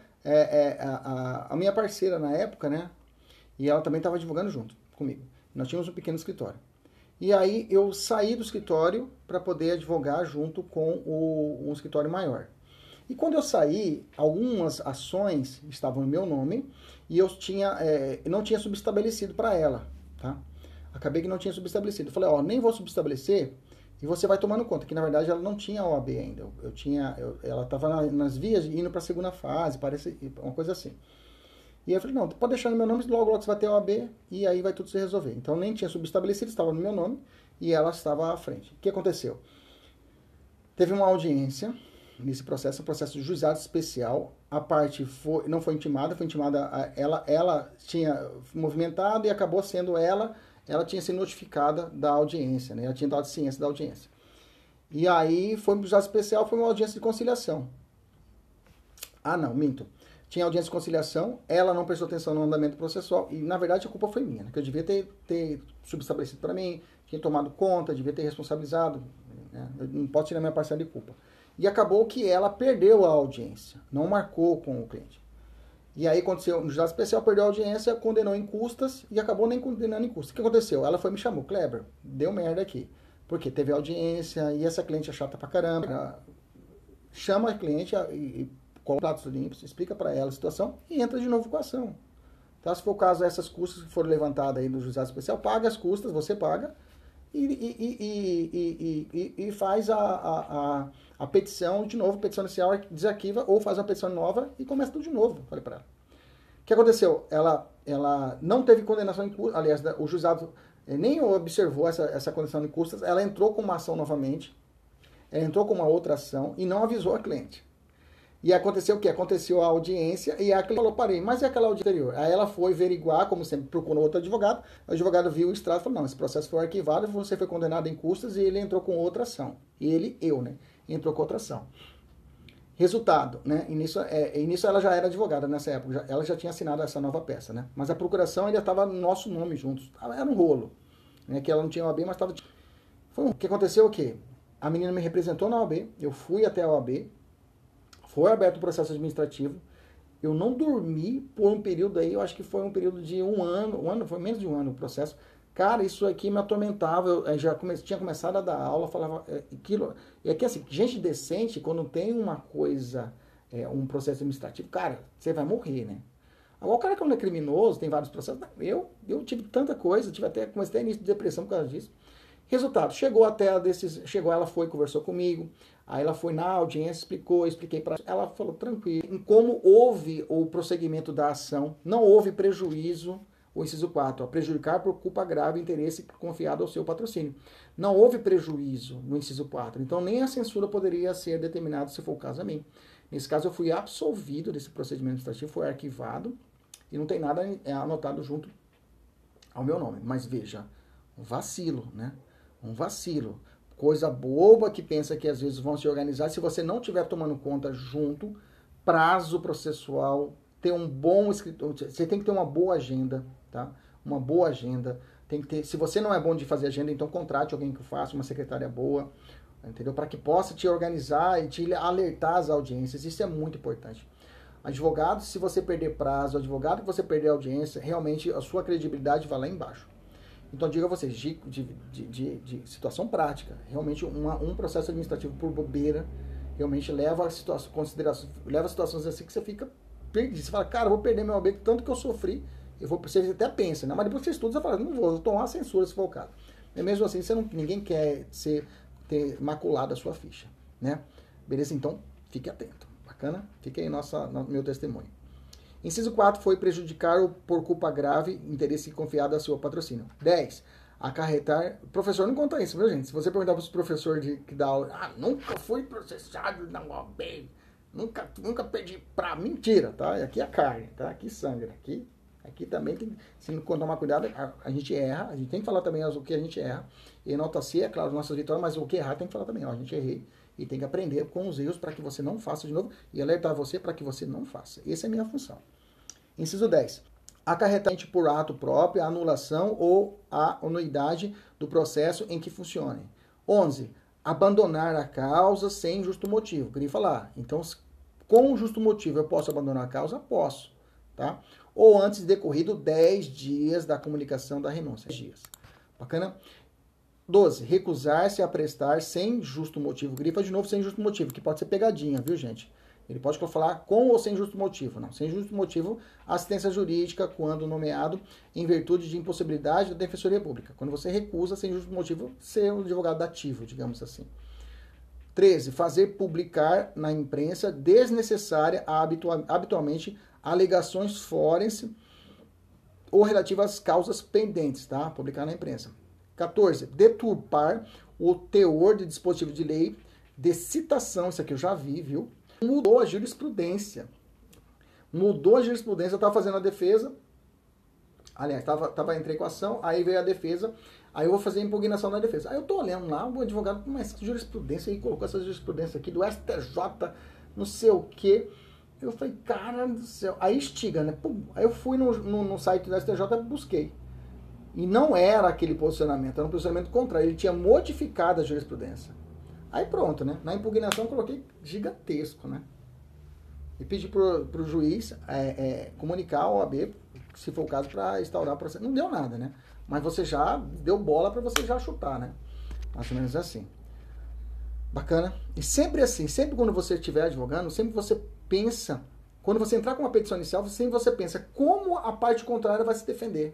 a minha parceira na época, né, e ela também estava advogando junto comigo. Nós tínhamos um pequeno escritório. E aí eu saí do escritório para poder advogar junto com um escritório maior. E quando eu saí, algumas ações estavam no meu nome e eu não tinha subestabelecido para ela, tá? Acabei que não tinha subestabelecido. Eu falei, ó, nem vou subestabelecer e você vai tomando conta, que na verdade ela não tinha OAB ainda. Ela estava nas vias indo para a segunda fase, parece uma coisa assim. E aí eu falei, não, pode deixar no meu nome, logo você vai ter OAB e aí vai tudo se resolver. Então nem tinha subestabelecido, estava no meu nome e ela estava à frente. O que aconteceu? Teve uma audiência nesse processo, um processo de juizado especial. A parte não foi intimada, foi intimada ela tinha movimentado e acabou sendo ela tinha sido notificada da audiência, né? Ela tinha dado ciência da audiência. E aí foi um juizado especial, foi uma audiência de conciliação. Ah, não, minto. Tinha audiência de conciliação, ela não prestou atenção no andamento processual e, na verdade, a culpa foi minha, né? Que eu devia ter subestabelecido para mim, tinha tomado conta, devia ter responsabilizado, né? Eu não posso tirar minha parcela de culpa. E acabou que ela perdeu a audiência, não marcou com o cliente. E aí aconteceu, no juizado especial, perdeu a audiência, condenou em custas e acabou nem condenando em custas. O que aconteceu? Ela foi e me chamou, Kleber, deu merda aqui. Porque teve audiência e essa cliente é chata pra caramba. Chama a cliente e coloca pratos limpos, explica para ela a situação e entra de novo com a ação. Tá? Se for o caso, essas custas que foram levantadas aí no juizado especial, paga as custas, você paga e faz a petição de novo, petição inicial, desarquiva ou faz uma petição nova e começa tudo de novo. Falei para ela. O que aconteceu? Ela não teve condenação em custas, aliás, o juizado nem observou essa condenação em custas, ela entrou com uma ação novamente, ela entrou com uma outra ação e não avisou a cliente. E aconteceu o quê? Aconteceu a audiência e a cliente falou, parei, mas e aquela audiência anterior? Aí ela foi averiguar, como sempre, procurou outro advogado, o advogado viu o extrato e falou, não, esse processo foi arquivado, você foi condenado em custas e ele entrou com outra ação. Né? Entrou com outra ação. Resultado, né? E nisso ela já era advogada nessa época, ela já tinha assinado essa nova peça, né? Mas a procuração ainda estava no nosso nome juntos. Era um rolo, né? Que ela não tinha OAB, mas estava... O que aconteceu o quê? A menina me representou na OAB, eu fui até a OAB, foi aberto o processo administrativo, eu não dormi por um período aí, eu acho que foi um período de um ano, foi menos de um ano o processo. Cara, isso aqui me atormentava, eu já tinha começado a dar aula, falava aquilo. E aqui assim, gente decente, quando tem uma coisa, um processo administrativo, cara, você vai morrer, né? Agora, o cara que não é criminoso, tem vários processos, eu tive tanta coisa, comecei a início de depressão por causa disso. Resultado, ela foi, conversou comigo, aí ela foi na audiência, expliquei para ela, falou tranquilo. Em como houve o prosseguimento da ação, não houve prejuízo, o inciso 4, prejudicar por culpa grave interesse confiado ao seu patrocínio. Não houve prejuízo no inciso 4, então nem a censura poderia ser determinada se for o caso a mim. Nesse caso eu fui absolvido desse procedimento administrativo, foi arquivado e não tem nada anotado junto ao meu nome. Mas veja, um vacilo, né? Um vacilo. Coisa boba que pensa que às vezes vão se organizar. Se você não estiver tomando conta junto, prazo processual, ter um bom escritor, você tem que ter uma boa agenda, tá? Uma boa agenda. Tem que ter, se você não é bom de fazer agenda, então contrate alguém que faça, uma secretária boa, entendeu? Para que possa te organizar e te alertar às audiências. Isso é muito importante. Advogado, se você perder prazo, advogado que você perder audiência, realmente a sua credibilidade vai lá embaixo. Então, digo a vocês, de situação prática, realmente um processo administrativo por bobeira, realmente leva a situações assim que você fica perdido. Você fala, cara, eu vou perder meu OAB, tanto que eu sofri, você até pensa, né? Mas depois que você estuda, você fala, não vou tomar uma censura se for o caso. E mesmo assim, ninguém quer ser ter maculado a sua ficha, né? Beleza? Então, fique atento. Bacana? Fique aí meu testemunho. Inciso 4 foi prejudicar por culpa grave interesse confiado a seu patrocínio. 10. Acarretar... Professor não conta isso, viu, gente? Se você perguntar para os professores que dá aula, nunca fui processado na OAB, nunca pedi pra... Mentira, tá? Aqui é carne, tá? Aqui sangra. Aqui também tem... Se não tomar cuidado, a gente erra. A gente tem que falar também o que a gente erra. E enaltecer, é claro, nossas vitórias, mas o que errar tem que falar também. Ó, a gente errei. E tem que aprender com os erros para que você não faça de novo e alertar você para que você não faça. Essa é a minha função. Inciso 10. Acarretar por ato próprio a anulação ou a anuidade do processo em que funcione. 11. Abandonar a causa sem justo motivo. Queria falar. Então, com justo motivo eu posso abandonar a causa? Posso. Tá? Ou antes decorrido 10 dias da comunicação da renúncia. 10 dias. Bacana? 12. Recusar-se a prestar sem justo motivo. Grifa de novo sem justo motivo, que pode ser pegadinha, viu, gente? Ele pode falar com ou sem justo motivo. Não, sem justo motivo, assistência jurídica quando nomeado em virtude de impossibilidade da Defensoria Pública. Quando você recusa sem justo motivo ser um advogado ativo, digamos assim. 13. Fazer publicar na imprensa desnecessária habitualmente alegações forenses ou relativas às causas pendentes, tá? Publicar na imprensa. 14. Deturpar o teor de dispositivo de lei de citação. Isso aqui eu já vi, viu? Mudou a jurisprudência. Eu estava fazendo a defesa. Aliás, entrei com a ação, aí veio a defesa. Aí eu vou fazer a impugnação da defesa. Aí eu tô olhando lá, o advogado, mas essa jurisprudência aí, colocou essa jurisprudência aqui do STJ, não sei o quê. Eu falei, cara do céu. Aí estiga, né? Pum. Aí eu fui no site do STJ e busquei. E não era aquele posicionamento, era um posicionamento contrário. Ele tinha modificado a jurisprudência. Aí pronto, né? Na impugnação eu coloquei gigantesco, né? E pedi pro juiz comunicar ao OAB, se for o caso, para instaurar o processo. Não deu nada, né? Mas você já deu bola para você já chutar, né? Mais ou menos assim. Bacana. E sempre assim, sempre quando você estiver advogando, sempre você pensa, quando você entrar com uma petição inicial, sempre você pensa como a parte contrária vai se defender.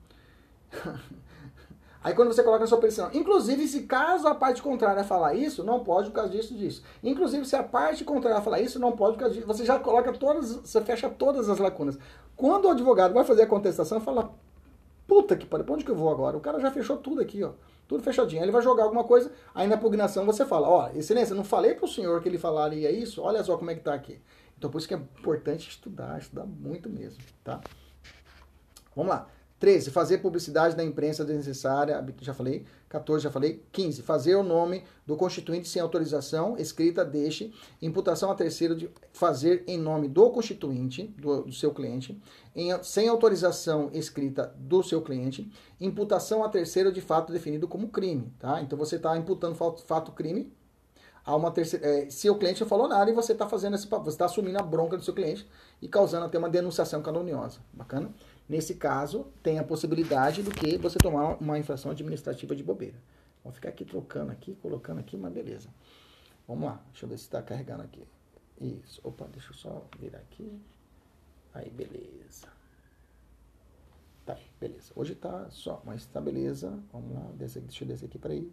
Aí quando você coloca na sua petição, inclusive se caso a parte contrária falar isso, não pode por causa disso. Inclusive se a parte contrária falar isso, não pode por causa disso. Você já coloca você fecha todas as lacunas. Quando o advogado vai fazer a contestação, fala, puta que pariu, pra onde que eu vou agora? O cara já fechou tudo aqui, ó. Tudo fechadinho. Aí ele vai jogar alguma coisa, aí na impugnação você fala, ó, excelência, não falei pro senhor que ele falaria isso? Olha só como é que tá aqui. Então por isso que é importante estudar muito mesmo, tá? Vamos lá. 13. Fazer publicidade na imprensa desnecessária, já falei. 14, já falei. 15. Fazer o nome do constituinte sem autorização escrita, deixe. Imputação a terceiro de fazer em nome do constituinte, do seu cliente, sem autorização escrita do seu cliente. Imputação a terceiro de fato definido como crime, tá? Então você está imputando fato crime a uma terceira. Se o cliente não falou nada e você está fazendo você está assumindo a bronca do seu cliente e causando até uma denunciação caluniosa. Bacana? Nesse caso, tem a possibilidade do que você tomar uma infração administrativa de bobeira. Vou ficar aqui trocando aqui, colocando aqui, mas beleza. Vamos lá, deixa eu ver se está carregando aqui. Isso, opa, deixa eu só virar aqui. Aí, beleza. Tá, beleza. Hoje tá só, mas tá beleza. Vamos lá, deixa eu descer aqui, peraí.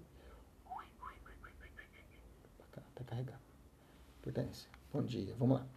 Tá carregando. Importância. Bom dia, vamos lá.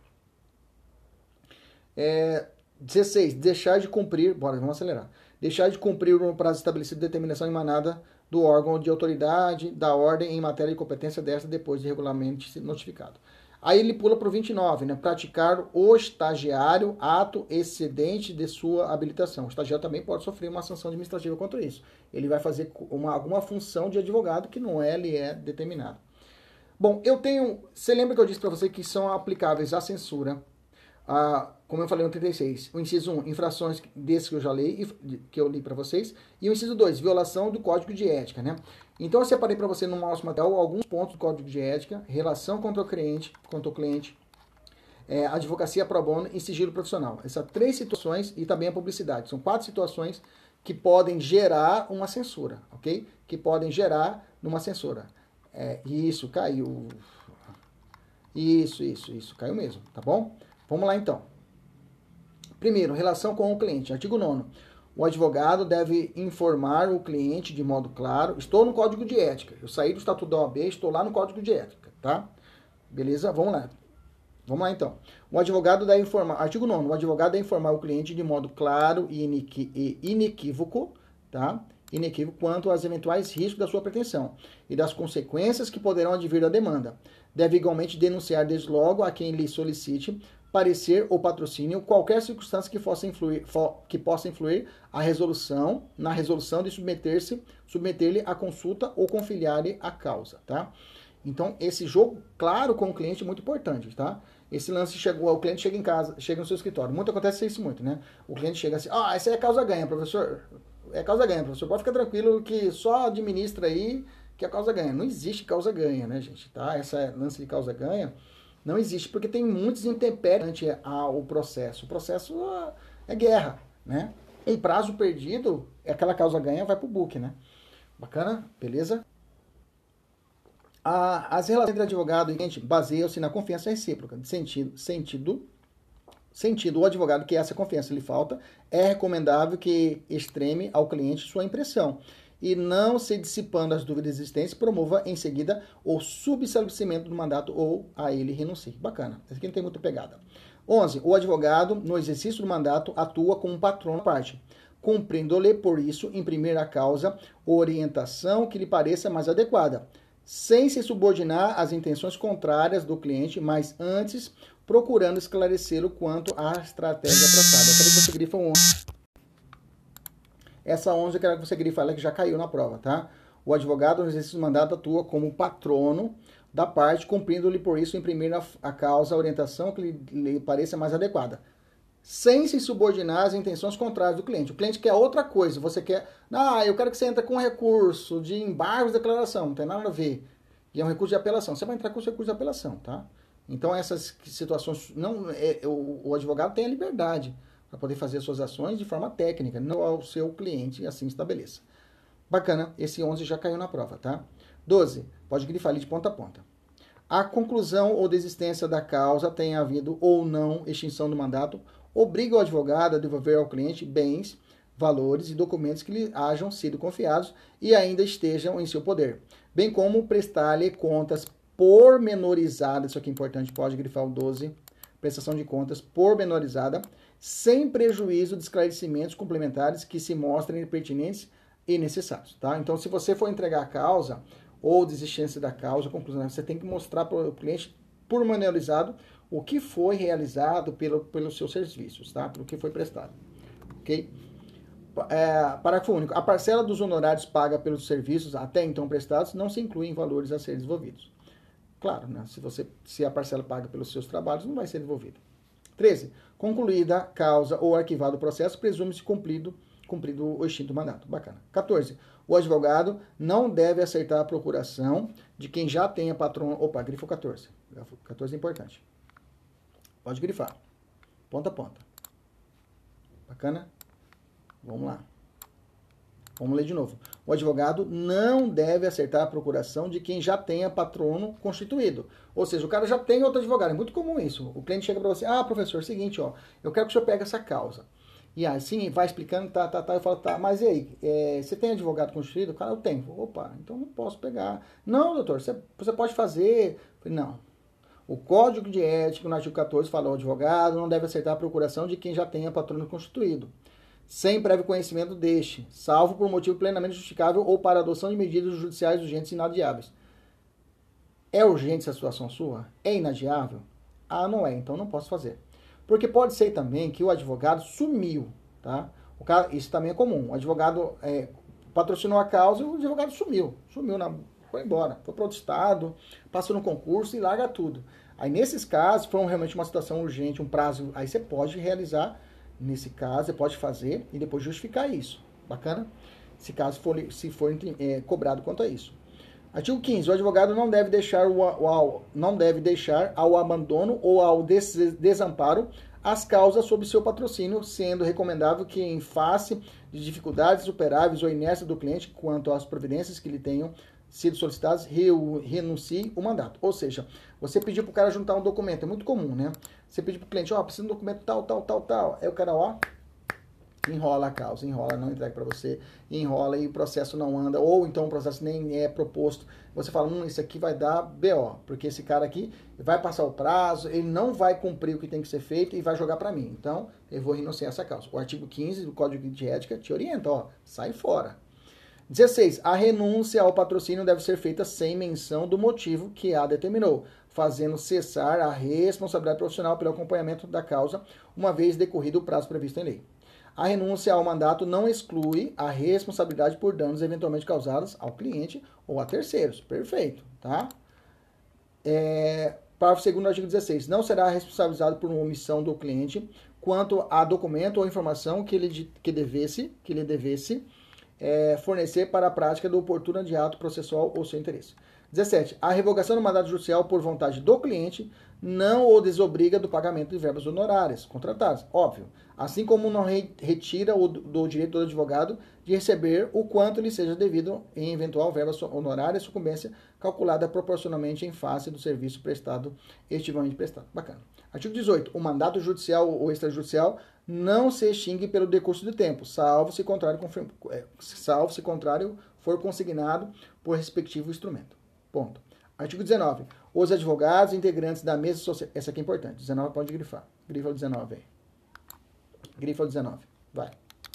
16. Deixar de cumprir, vamos acelerar. Deixar de cumprir o prazo estabelecido de determinação emanada do órgão de autoridade da ordem em matéria de competência desta depois de regularmente notificado. Aí ele pula para o 29, né? Praticar o estagiário ato excedente de sua habilitação. O estagiário também pode sofrer uma sanção administrativa contra isso. Ele vai fazer alguma função de advogado que não lhe é determinado. Bom, você lembra que eu disse para você que são aplicáveis à censura, como eu falei no 36, o inciso 1, infrações desses que eu já li para vocês, e o inciso 2, violação do Código de Ética, né? Então eu separei para você no nosso material alguns pontos do Código de Ética, relação contra o cliente, advocacia pro bono e sigilo profissional. Essas 3 situações e também a publicidade. São 4 situações que podem gerar uma censura, ok? Que podem gerar uma censura. Isso, caiu. Isso, caiu mesmo, tá bom? Vamos lá então. Primeiro, relação com o cliente. Artigo 9º. o advogado deve informar o cliente de modo claro. Estou no Código de Ética. Eu saí do Estatuto da OAB, estou lá no Código de Ética, tá? Beleza? Vamos lá. Vamos lá, então. O advogado deve informar... Artigo 9º. O advogado deve informar o cliente de modo claro e inequívoco, tá? Inequívoco quanto aos eventuais riscos da sua pretensão e das consequências que poderão advir da demanda. Deve igualmente denunciar desde logo a quem lhe solicite parecer ou patrocínio qualquer circunstância que possa influir na resolução de submeter-lhe a consulta ou confiar-lhe a causa, tá? Então, esse jogo claro com o cliente é muito importante, tá? Esse lance o cliente chega em casa, chega no seu escritório. Muito acontece isso muito, né? O cliente chega assim, essa aí é causa ganha, professor. É causa ganha, professor. Pode ficar tranquilo que só administra aí que a causa ganha. Não existe causa ganha, né, gente? Tá? Essa lance de causa ganha não existe, porque tem muitos intempéries durante o processo. O processo é guerra, né? Um prazo perdido, aquela causa ganha vai pro book, né? Bacana? Beleza? As relações entre advogado e cliente baseiam-se na confiança recíproca. Sentido, o advogado que essa confiança lhe falta, é recomendável que extreme ao cliente sua impressão e, não se dissipando as dúvidas existentes, promova em seguida o subestabelecimento do mandato ou a ele renuncie. Bacana. Esse aqui não tem muita pegada. 11. O advogado, no exercício do mandato, atua como um patrono à parte, cumprindo-lhe, por isso, imprimir à causa orientação que lhe pareça mais adequada, sem se subordinar às intenções contrárias do cliente, mas antes procurando esclarecê-lo quanto à estratégia traçada. Eu quero que você grifa um 11. Essa 11 eu quero que você grifa ela, que já caiu na prova, tá? O advogado, no exercício do mandato, atua como patrono da parte, cumprindo-lhe, por isso, imprimir a causa a orientação que lhe pareça mais adequada, sem se subordinar às intenções contrárias do cliente. O cliente quer outra coisa, você quer... eu quero que você entre com recurso de embargos de declaração, não tem nada a ver. E é um recurso de apelação. Você vai entrar com o seu recurso de apelação, tá? Então, essas situações, o advogado tem a liberdade para poder fazer suas ações de forma técnica, não ao seu cliente, assim estabeleça. Bacana, esse 11 já caiu na prova, tá? 12, pode grifar ali de ponta a ponta. A conclusão ou desistência da causa, tenha havido ou não extinção do mandato, obriga o advogado a devolver ao cliente bens, valores e documentos que lhe hajam sido confiados e ainda estejam em seu poder, bem como prestar-lhe contas pormenorizadas, isso aqui é importante, pode grifar o 12, prestação de contas pormenorizada, sem prejuízo de esclarecimentos complementares que se mostrem pertinentes e necessários, tá? Então, se você for entregar a causa ou desistência da causa, conclusão, você tem que mostrar para o cliente pormenorizado o que foi realizado pelos seus serviços, tá? Pelo que foi prestado, ok? Parágrafo único. A parcela dos honorários paga pelos serviços até então prestados não se inclui em valores a serem devolvidos. Claro, né? Se a parcela paga pelos seus trabalhos, não vai ser devolvida. 13. Concluída a causa ou arquivado o processo, presume-se cumprido o extinto mandato. Bacana. 14. O advogado não deve aceitar a procuração de quem já tenha patrono... Opa, grifo 14. 14 é importante. Pode grifar. Ponta a ponta. Bacana? Vamos lá. Vamos ler de novo. O advogado não deve acertar a procuração de quem já tenha patrono constituído. Ou seja, o cara já tem outro advogado. É muito comum isso. O cliente chega para você, professor, é o seguinte, eu quero que o senhor pegue essa causa. E assim, vai explicando, eu falo, mas e aí, você tem advogado constituído? O cara, eu tenho. Opa, então não posso pegar. Não, doutor, você pode fazer. Eu falei, não. O Código de Ética, no artigo 14, fala, o advogado não deve aceitar a procuração de quem já tenha patrono constituído, sem prévio conhecimento deste, salvo por motivo plenamente justificável ou para adoção de medidas judiciais urgentes e inadiáveis. É urgente essa situação sua? É inadiável? Não é, então não posso fazer. Porque pode ser também que o advogado sumiu, tá? Isso também é comum. O advogado patrocinou a causa e o advogado sumiu, foi embora, foi para outro estado, passou no concurso e larga tudo. Aí nesses casos, foi realmente uma situação urgente, um prazo, aí você pode realizar. Nesse caso, você pode fazer e depois justificar isso. Bacana? Se for cobrado quanto a isso. Artigo 15. O advogado não deve deixar ao abandono ou ao desamparo as causas sob seu patrocínio, sendo recomendável que, em face de dificuldades superáveis ou inércia do cliente quanto às providências que lhe tenham sido solicitadas, renuncie o mandato. Ou seja, você pediu para o cara juntar um documento, é muito comum, né? Você pediu para o cliente, preciso de um documento tal. Aí o cara, enrola a causa, enrola, não entrega para você, enrola e o processo não anda, ou então o processo nem é proposto. Você fala, isso aqui vai dar BO, porque esse cara aqui vai passar o prazo, ele não vai cumprir o que tem que ser feito e vai jogar para mim. Então, eu vou renunciar a essa causa. O artigo 15 do Código de Ética te orienta, ó, sai fora. 16. A renúncia ao patrocínio deve ser feita sem menção do motivo que a determinou, fazendo cessar a responsabilidade profissional pelo acompanhamento da causa, uma vez decorrido o prazo previsto em lei. A renúncia ao mandato não exclui a responsabilidade por danos eventualmente causados ao cliente ou a terceiros. Perfeito, tá? Parágrafo 2º do artigo 16. Não será responsabilizado por uma omissão do cliente quanto a documento ou informação que lhe devesse fornecer para a prática do oportuno de ato processual ou seu interesse. 17. A revogação do mandato judicial por vontade do cliente não o desobriga do pagamento de verbas honorárias contratadas, óbvio, assim como não retira do direito do advogado de receber o quanto lhe seja devido em eventual verbas honorárias sucumbência calculada proporcionalmente em face do serviço prestado, efetivamente prestado. Bacana. Artigo 18. O mandato judicial ou extrajudicial não se extingue pelo decurso do tempo, salvo se contrário for consignado por respectivo instrumento. Ponto. Artigo 19. Os advogados integrantes da mesa social... Essa aqui é importante. 19 pode grifar. Grifa o 19 aí. Grifa o 19. Vai.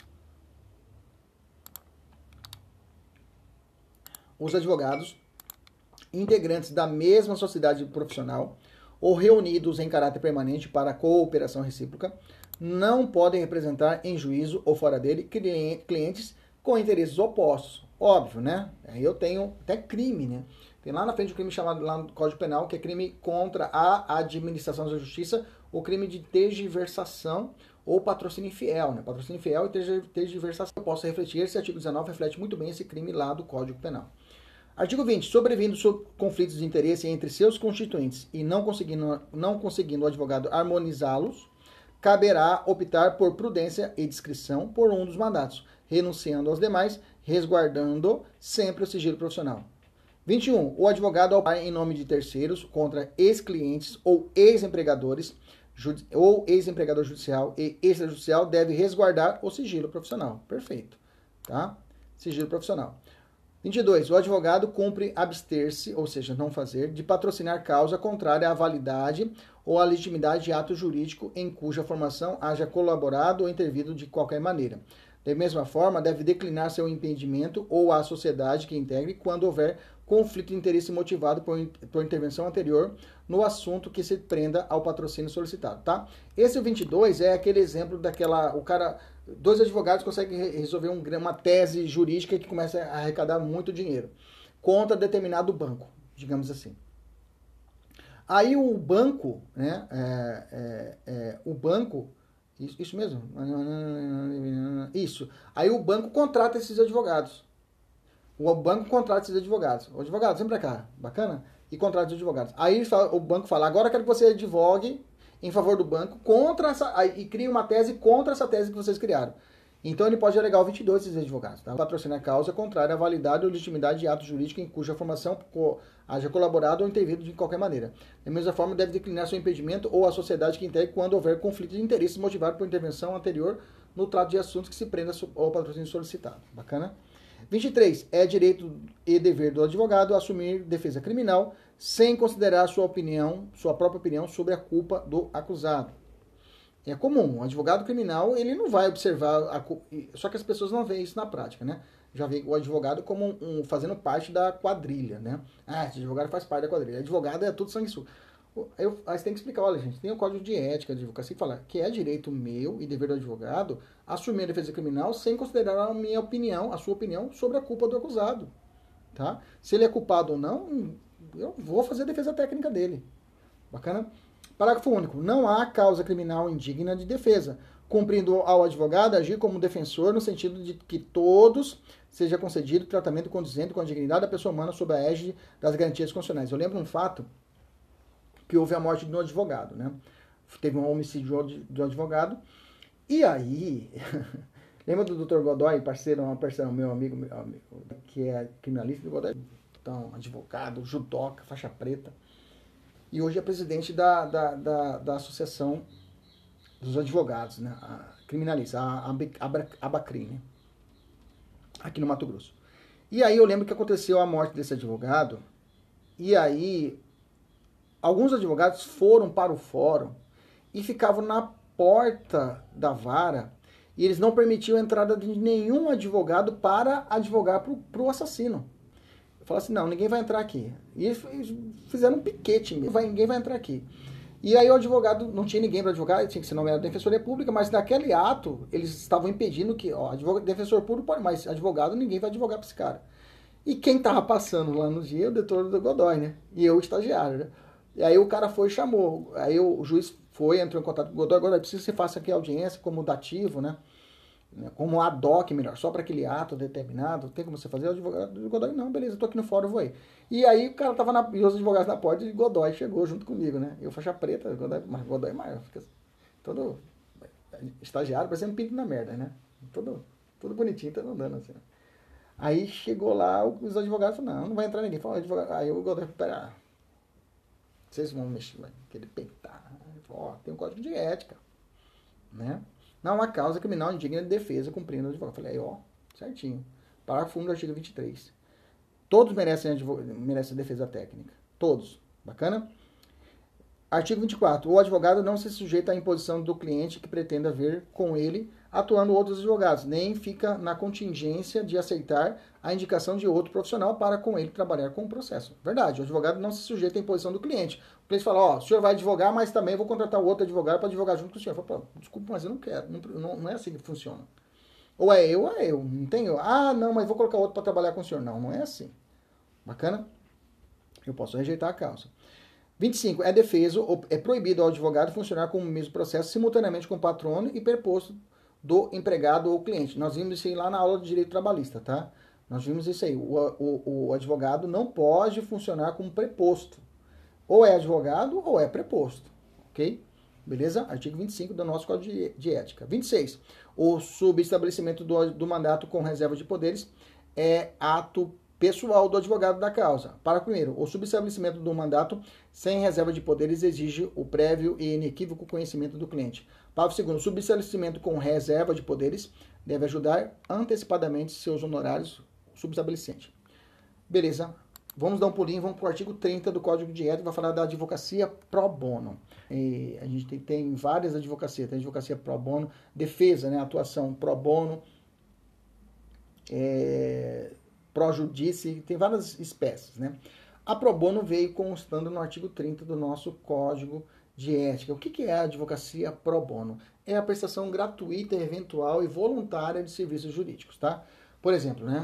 Os advogados integrantes da mesma sociedade profissional ou reunidos em caráter permanente para cooperação recíproca não podem representar em juízo ou fora dele clientes com interesses opostos. Óbvio, né? Aí eu tenho até crime, né? Tem lá na frente o crime chamado lá no Código Penal, que é crime contra a administração da justiça, ou crime de tergiversação ou patrocínio infiel, né? Patrocínio infiel e tergiversação. Eu posso refletir, esse artigo 19 reflete muito bem esse crime lá do Código Penal. Artigo 20. Sobrevindo conflitos de interesse entre seus constituintes e não conseguindo o advogado harmonizá-los, caberá optar por prudência e discrição por um dos mandatos, renunciando aos demais, resguardando sempre o sigilo profissional. 21. O advogado ao em nome de terceiros contra ex-clientes ou ex-empregadores ex-empregador judicial e extrajudicial deve resguardar o sigilo profissional. Perfeito. Tá? Sigilo profissional. 22. O advogado cumpre abster-se, ou seja, não fazer, de patrocinar causa contrária à validade ou à legitimidade de ato jurídico em cuja formação haja colaborado ou intervido de qualquer maneira. Da mesma forma, deve declinar seu impedimento ou à sociedade que integre quando houver conflito de interesse motivado por intervenção anterior no assunto que se prenda ao patrocínio solicitado, tá? Esse 22 é aquele exemplo daquela... Dois advogados conseguem resolver uma tese jurídica que começa a arrecadar muito dinheiro contra determinado banco, digamos assim. Aí o banco, né? O banco... Isso mesmo? Isso. Aí o banco contrata esses advogados. O banco contrata esses advogados. O advogado, vem pra cá. Bacana? E contrata os advogados. Aí o banco fala, agora eu quero que você advogue em favor do banco contra essa... E cria uma tese contra essa tese que vocês criaram. Então ele pode alegar o 22 desses advogados. Tá? Patrocinar a causa contrária à validade ou legitimidade de ato jurídico em cuja formação haja colaborado ou intervido de qualquer maneira. Da mesma forma, deve declinar seu impedimento ou a sociedade que integre quando houver conflito de interesses motivado por intervenção anterior no trato de assuntos que se prenda ao patrocínio solicitado. Bacana? 23. É direito e dever do advogado assumir defesa criminal sem considerar sua própria opinião sobre a culpa do acusado. É comum, um advogado criminal, ele não vai observar, só que as pessoas não veem isso na prática, né? Já vê o advogado como fazendo parte da quadrilha, né? Esse advogado faz parte da quadrilha. Advogado é tudo sanguessuga. Aí você tem que explicar, olha, gente, tem o Código de Ética de Advocacia que fala que é direito meu e dever do advogado assumir a defesa criminal sem considerar a minha opinião, a sua opinião sobre a culpa do acusado, tá? Se ele é culpado ou não, eu vou fazer a defesa técnica dele. Bacana? Parágrafo único. Não há causa criminal indigna de defesa, cumprindo ao advogado agir como defensor no sentido de que todos seja concedido tratamento condizente com a dignidade da pessoa humana sob a égide das garantias constitucionais. Eu lembro um fato que houve a morte de um advogado, né? Teve um homicídio de um advogado. E aí, lembra do Dr. Godoy, meu amigo, que é criminalista do Godoy? Então, advogado, judoca, faixa preta. E hoje é presidente da Associação dos advogados, né? Criminalista, a Abacrim, né? Aqui no Mato Grosso. E aí eu lembro que aconteceu a morte desse advogado, e aí alguns advogados foram para o fórum e ficavam na porta da vara, e eles não permitiam a entrada de nenhum advogado para advogar para o assassino. Eu falei assim, não, ninguém vai entrar aqui. E eles fizeram um piquete mesmo, ninguém vai entrar aqui. E aí o advogado, não tinha ninguém para advogar, tinha que ser nomeado defensoria pública, mas naquele ato eles estavam impedindo que, ó, defensor público pode, mas advogado ninguém vai advogar para esse cara. E quem tava passando lá no dia, o doutor do Godoy, né? E eu, o estagiário, né? E aí o cara foi e chamou. Aí o juiz foi, entrou em contato com o Godoy. Godoy, preciso que você faça aqui a audiência como dativo, né? Como ad hoc, melhor, só para aquele ato determinado. Tem como você fazer? O advogado do Godoy, não, beleza, eu tô aqui no fórum, eu vou aí. E aí o cara tava e os advogados na porta e o Godoy chegou junto comigo, né? Eu faixa preta, Godoy maior, fica todo estagiário, parecendo um pinto na merda, né? Todo bonitinho, todo andando assim. Aí chegou lá, os advogados falaram, não vai entrar ninguém. Falou, advogado. Aí o Godoy, pera, vocês vão mexer, vai querer peitar. Ó, tem um código de ética, né? Não, uma causa criminal indigna de defesa cumprindo o advogado. Falei, aí, ó, certinho. Parágrafo 1 do artigo 23. Todos merecem defesa técnica. Todos. Bacana? Artigo 24. O advogado não se sujeita à imposição do cliente que pretenda ver com ele atuando outros advogados, nem fica na contingência de aceitar a indicação de outro profissional para com ele trabalhar com o processo. Verdade, o advogado não se sujeita à imposição do cliente. O cliente fala, ó, o senhor vai advogar, mas também vou contratar outro advogado para advogar junto com o senhor. Fala, desculpa, mas eu não quero, não é assim que funciona. Ou é eu, não tem eu. Ah, não, mas vou colocar outro para trabalhar com o senhor. Não, não é assim. Bacana? Eu posso rejeitar a causa. 25. É defeso ou é proibido ao advogado funcionar com o mesmo processo simultaneamente com o patrono e preposto do empregado ou cliente. Nós vimos isso aí lá na aula de direito trabalhista, tá? Nós vimos isso aí. O advogado não pode funcionar como preposto. Ou é advogado ou é preposto, ok? Beleza? Artigo 25 do nosso Código de Ética. 26. O subestabelecimento do mandato com reserva de poderes é ato pessoal do advogado da causa. Parágrafo primeiro, o subestabelecimento do mandato sem reserva de poderes exige o prévio e inequívoco conhecimento do cliente. Parágrafo segundo, o subestabelecimento com reserva de poderes deve ajudar antecipadamente seus honorários subestabelecente. Beleza, vamos dar um pulinho, vamos para o artigo 30 do Código de Ética, vai falar da advocacia pro bono. E a gente tem várias advocacias, tem advocacia pro bono, defesa, né, atuação pro bono, pro judice, tem várias espécies, né? A pro bono veio constando no artigo 30 do nosso Código de Ética. O que é a advocacia pro bono? É a prestação gratuita, eventual e voluntária de serviços jurídicos, tá? Por exemplo, né?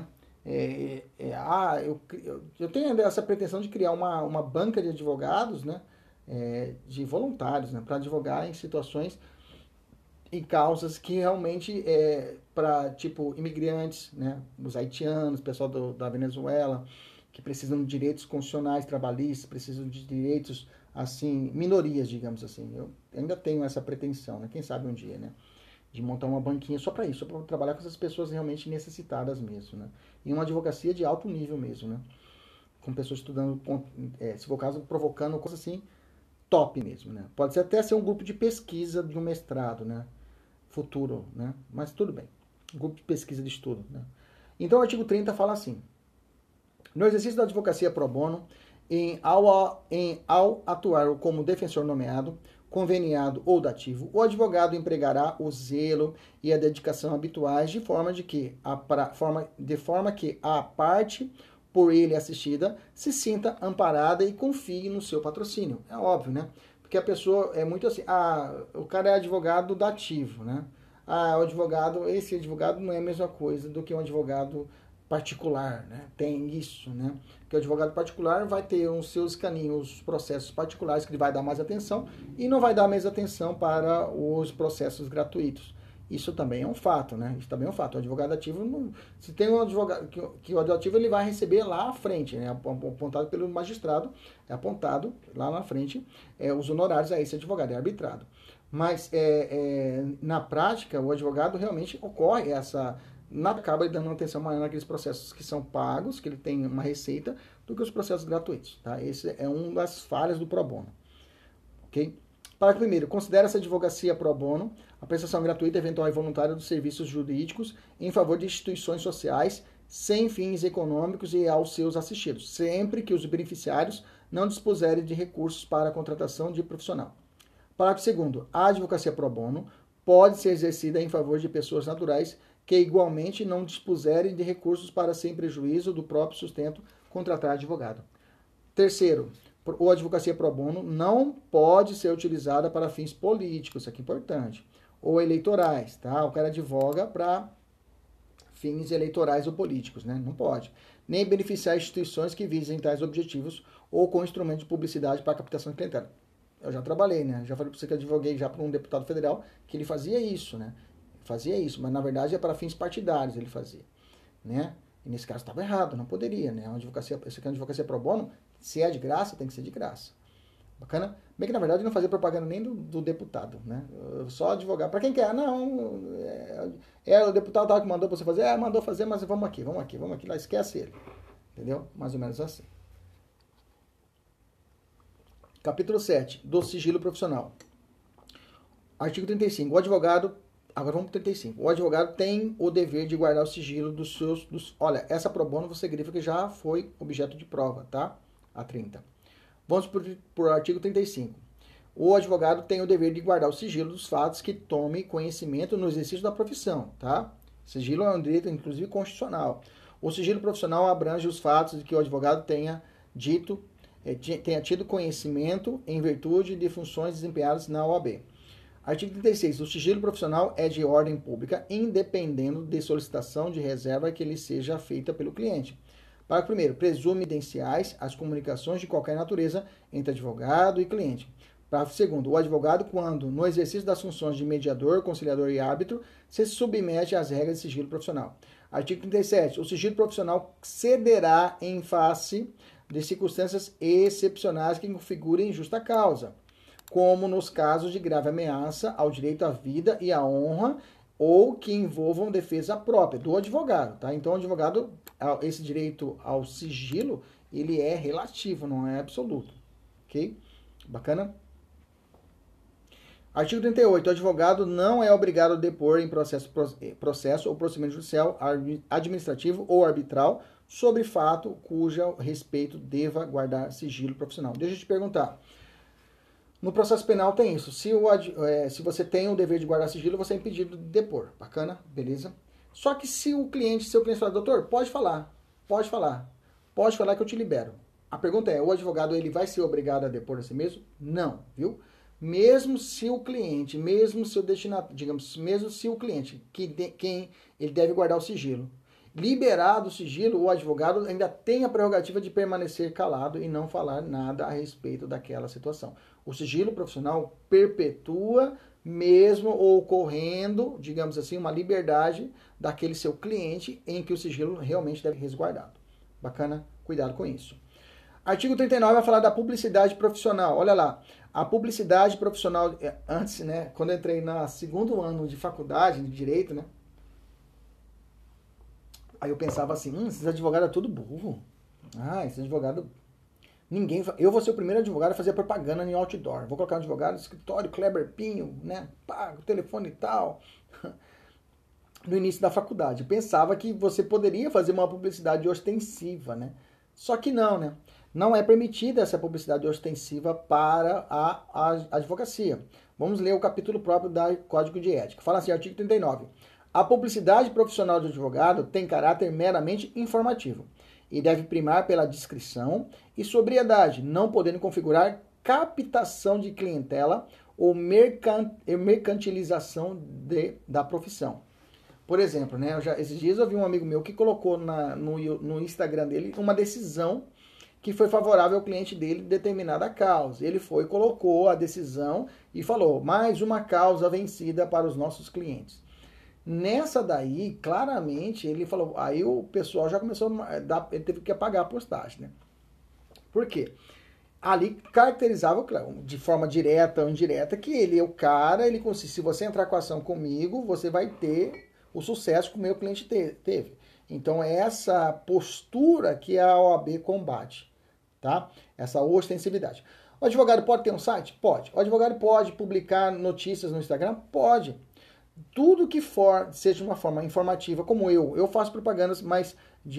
Eu tenho essa pretensão de criar uma banca de advogados, né? De voluntários, né? Para advogar em situações e causas que realmente para tipo imigrantes, né, os haitianos, pessoal da Venezuela, que precisam de direitos constitucionais, trabalhistas, precisam de direitos assim, minorias, digamos assim. Eu ainda tenho essa pretensão, né? Quem sabe um dia, né, de montar uma banquinha só para isso, só para trabalhar com essas pessoas realmente necessitadas mesmo, né? E uma advocacia de alto nível mesmo, né? Com pessoas estudando, se for o caso, provocando coisa assim top mesmo, né? Pode até ser um grupo de pesquisa de um mestrado, né? Futuro, né? Mas tudo bem. Grupo de pesquisa de estudo, né? Então o artigo 30 fala assim: no exercício da advocacia pro bono, ao atuar como defensor nomeado, conveniado ou dativo, o advogado empregará o zelo e a dedicação habituais de forma que a parte por ele assistida se sinta amparada e confie no seu patrocínio. É óbvio, né? Porque a pessoa é muito assim, o cara é advogado dativo, né? Esse advogado não é a mesma coisa do que um advogado particular, né? Tem isso, né? Porque o advogado particular vai ter os seus caninhos, os processos particulares que ele vai dar mais atenção e não vai dar mais atenção para os processos gratuitos. Isso também é um fato, né? Isso também é um fato. O advogado ativo, se tem um advogado que o advogado ativo ele vai receber lá à frente, né? Apontado pelo magistrado, é apontado lá na frente os honorários a esse advogado, é arbitrado. Mas na prática, o advogado realmente ocorre acaba dando uma atenção maior naqueles processos que são pagos, que ele tem uma receita, do que os processos gratuitos, tá? Esse é uma das falhas do pro bono, ok? Parágrafo 1º. Considera-se a advocacia pro bono a prestação gratuita, eventual e voluntária dos serviços jurídicos em favor de instituições sociais sem fins econômicos e aos seus assistidos, sempre que os beneficiários não dispuserem de recursos para a contratação de profissional. Parágrafo 2º. A advocacia pro bono pode ser exercida em favor de pessoas naturais que igualmente não dispuserem de recursos para, sem prejuízo do próprio sustento, contratar advogado. Terceiro, a advocacia pro bono não pode ser utilizada para fins políticos, isso aqui é importante, ou eleitorais, tá? O cara advoga para fins eleitorais ou políticos, né? Não pode. Nem beneficiar instituições que visem tais objetivos ou com instrumento de publicidade para captação de clientela. Eu já trabalhei, né? Já falei para você que advoguei já para um deputado federal que ele fazia isso, né? Fazia isso, mas na verdade é para fins partidários ele fazia, né? E nesse caso estava errado, não poderia, né? Uma advocacia, isso aqui é uma advocacia pro bono, se é de graça, tem que ser de graça. Bacana? Bem que na verdade não fazia propaganda nem do deputado, né? Só advogar. Para quem quer, não, o deputado tal que mandou você fazer, mandou fazer, mas vamos aqui, lá, esquece ele. Entendeu? Mais ou menos assim. Capítulo 7, do sigilo profissional. Artigo 35. O advogado, agora vamos para 35. O advogado tem o dever de guardar o sigilo dos seus... olha, essa pro bono você grifa que já foi objeto de prova, tá? A 30. Vamos para o artigo 35. O advogado tem o dever de guardar o sigilo dos fatos que tome conhecimento no exercício da profissão, tá? Sigilo é um direito, inclusive, constitucional. O sigilo profissional abrange os fatos de que o advogado tenha tido conhecimento em virtude de funções desempenhadas na OAB. Artigo 36. O sigilo profissional é de ordem pública, independendo de solicitação de reserva que lhe seja feita pelo cliente. Parágrafo 1º. Presume inenciais as comunicações de qualquer natureza entre advogado e cliente. Parágrafo 2º. O advogado, quando, no exercício das funções de mediador, conciliador e árbitro, se submete às regras de sigilo profissional. Artigo 37. O sigilo profissional cederá em face de circunstâncias excepcionais que configurem justa causa, como nos casos de grave ameaça ao direito à vida e à honra ou que envolvam defesa própria do advogado, tá? Então, o advogado, esse direito ao sigilo, ele é relativo, não é absoluto, ok? Bacana? Artigo 38. O advogado não é obrigado a depor em processo ou procedimento judicial, administrativo ou arbitral sobre fato cuja respeito deva guardar sigilo profissional. Deixa eu te perguntar. No processo penal tem isso. Se você tem o dever de guardar sigilo, você é impedido de depor. Bacana? Beleza? Só que se o cliente, falar, doutor, pode falar que eu te libero. A pergunta é, o advogado ele vai ser obrigado a depor a si mesmo? Não, viu? Mesmo se o cliente, mesmo se o destinatário, digamos, mesmo se o cliente, quem ele deve guardar o sigilo, liberado o sigilo, o advogado ainda tem a prerrogativa de permanecer calado e não falar nada a respeito daquela situação. O sigilo profissional perpetua, mesmo ocorrendo, digamos assim, uma liberdade daquele seu cliente em que o sigilo realmente deve ser resguardado. Bacana? Cuidado com isso. Artigo 39 vai falar da publicidade profissional. Olha lá, a publicidade profissional, antes, né, quando eu entrei no segundo ano de faculdade de Direito, né, aí eu pensava assim, esses advogados é tudo burro. Esse advogado... Eu vou ser o primeiro advogado a fazer propaganda em outdoor. Vou colocar um advogado no escritório, Kleber Pinho, né? Pago, telefone e tal. No início da faculdade. Eu pensava que você poderia fazer uma publicidade ostensiva, né? Só que não, né? Não é permitida essa publicidade ostensiva para a advocacia. Vamos ler o capítulo próprio do Código de Ética. Fala assim, artigo 39. A publicidade profissional do advogado tem caráter meramente informativo e deve primar pela discrição e sobriedade, não podendo configurar captação de clientela ou mercantilização da profissão. Por exemplo, né, esses dias eu vi um amigo meu que colocou no Instagram dele uma decisão que foi favorável ao cliente dele de determinada causa. Ele colocou a decisão e falou, mais uma causa vencida para os nossos clientes. Nessa daí, claramente, ele falou, aí o pessoal já começou ele teve que apagar a postagem, né? Por quê? Ali caracterizava de forma direta ou indireta que ele é o cara, se você entrar com a ação comigo, você vai ter o sucesso que o meu cliente teve. Então, é essa postura que a OAB combate, tá? Essa ostensividade. O advogado pode ter um site? Pode. O advogado pode publicar notícias no Instagram? Pode. Tudo que for, seja de uma forma informativa, como eu faço propagandas mais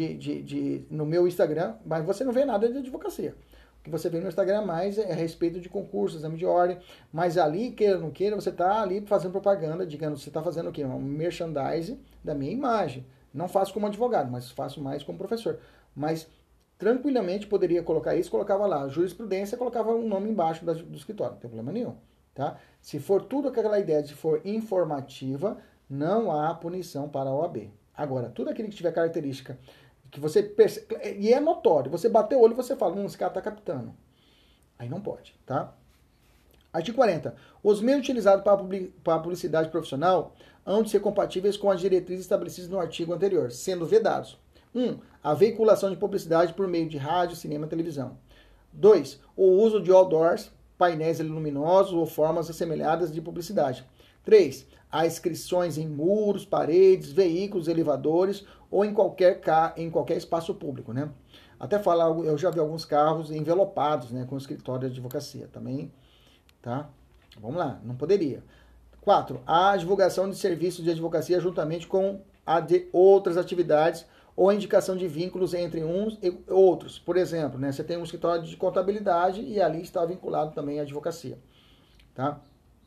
no meu Instagram, mas você não vê nada de advocacia. O que você vê no Instagram mais é a respeito de concursos, exame de ordem, mas ali, queira ou não queira, você está ali fazendo propaganda, digamos, você está fazendo o quê? Um merchandising da minha imagem. Não faço como advogado, mas faço mais como professor. Mas tranquilamente poderia colocar isso, colocava lá jurisprudência, colocava um nome embaixo do escritório, não tem problema nenhum. Tá? Se for tudo aquela ideia de for informativa, não há punição para a OAB. Agora, tudo aquilo que tiver característica que você percebe, e é notório, você bateu o olho e você fala, esse cara está captando. Aí não pode, tá? Artigo 40. Os meios utilizados para a publicidade profissional hão de ser compatíveis com as diretrizes estabelecidas no artigo anterior, sendo vedados. 1. A veiculação de publicidade por meio de rádio, cinema e televisão. 2. O uso de outdoors, painéis luminosos ou formas assemelhadas de publicidade. 3. As inscrições em muros, paredes, veículos, elevadores ou em qualquer espaço público, né? Até falar, eu já vi alguns carros envelopados, né, com escritório de advocacia também, tá? Vamos lá, não poderia. 4. A divulgação de serviços de advocacia juntamente com a de outras atividades ou a indicação de vínculos entre uns e outros. Por exemplo, né, você tem um escritório de contabilidade e ali está vinculado também a advocacia. Tá?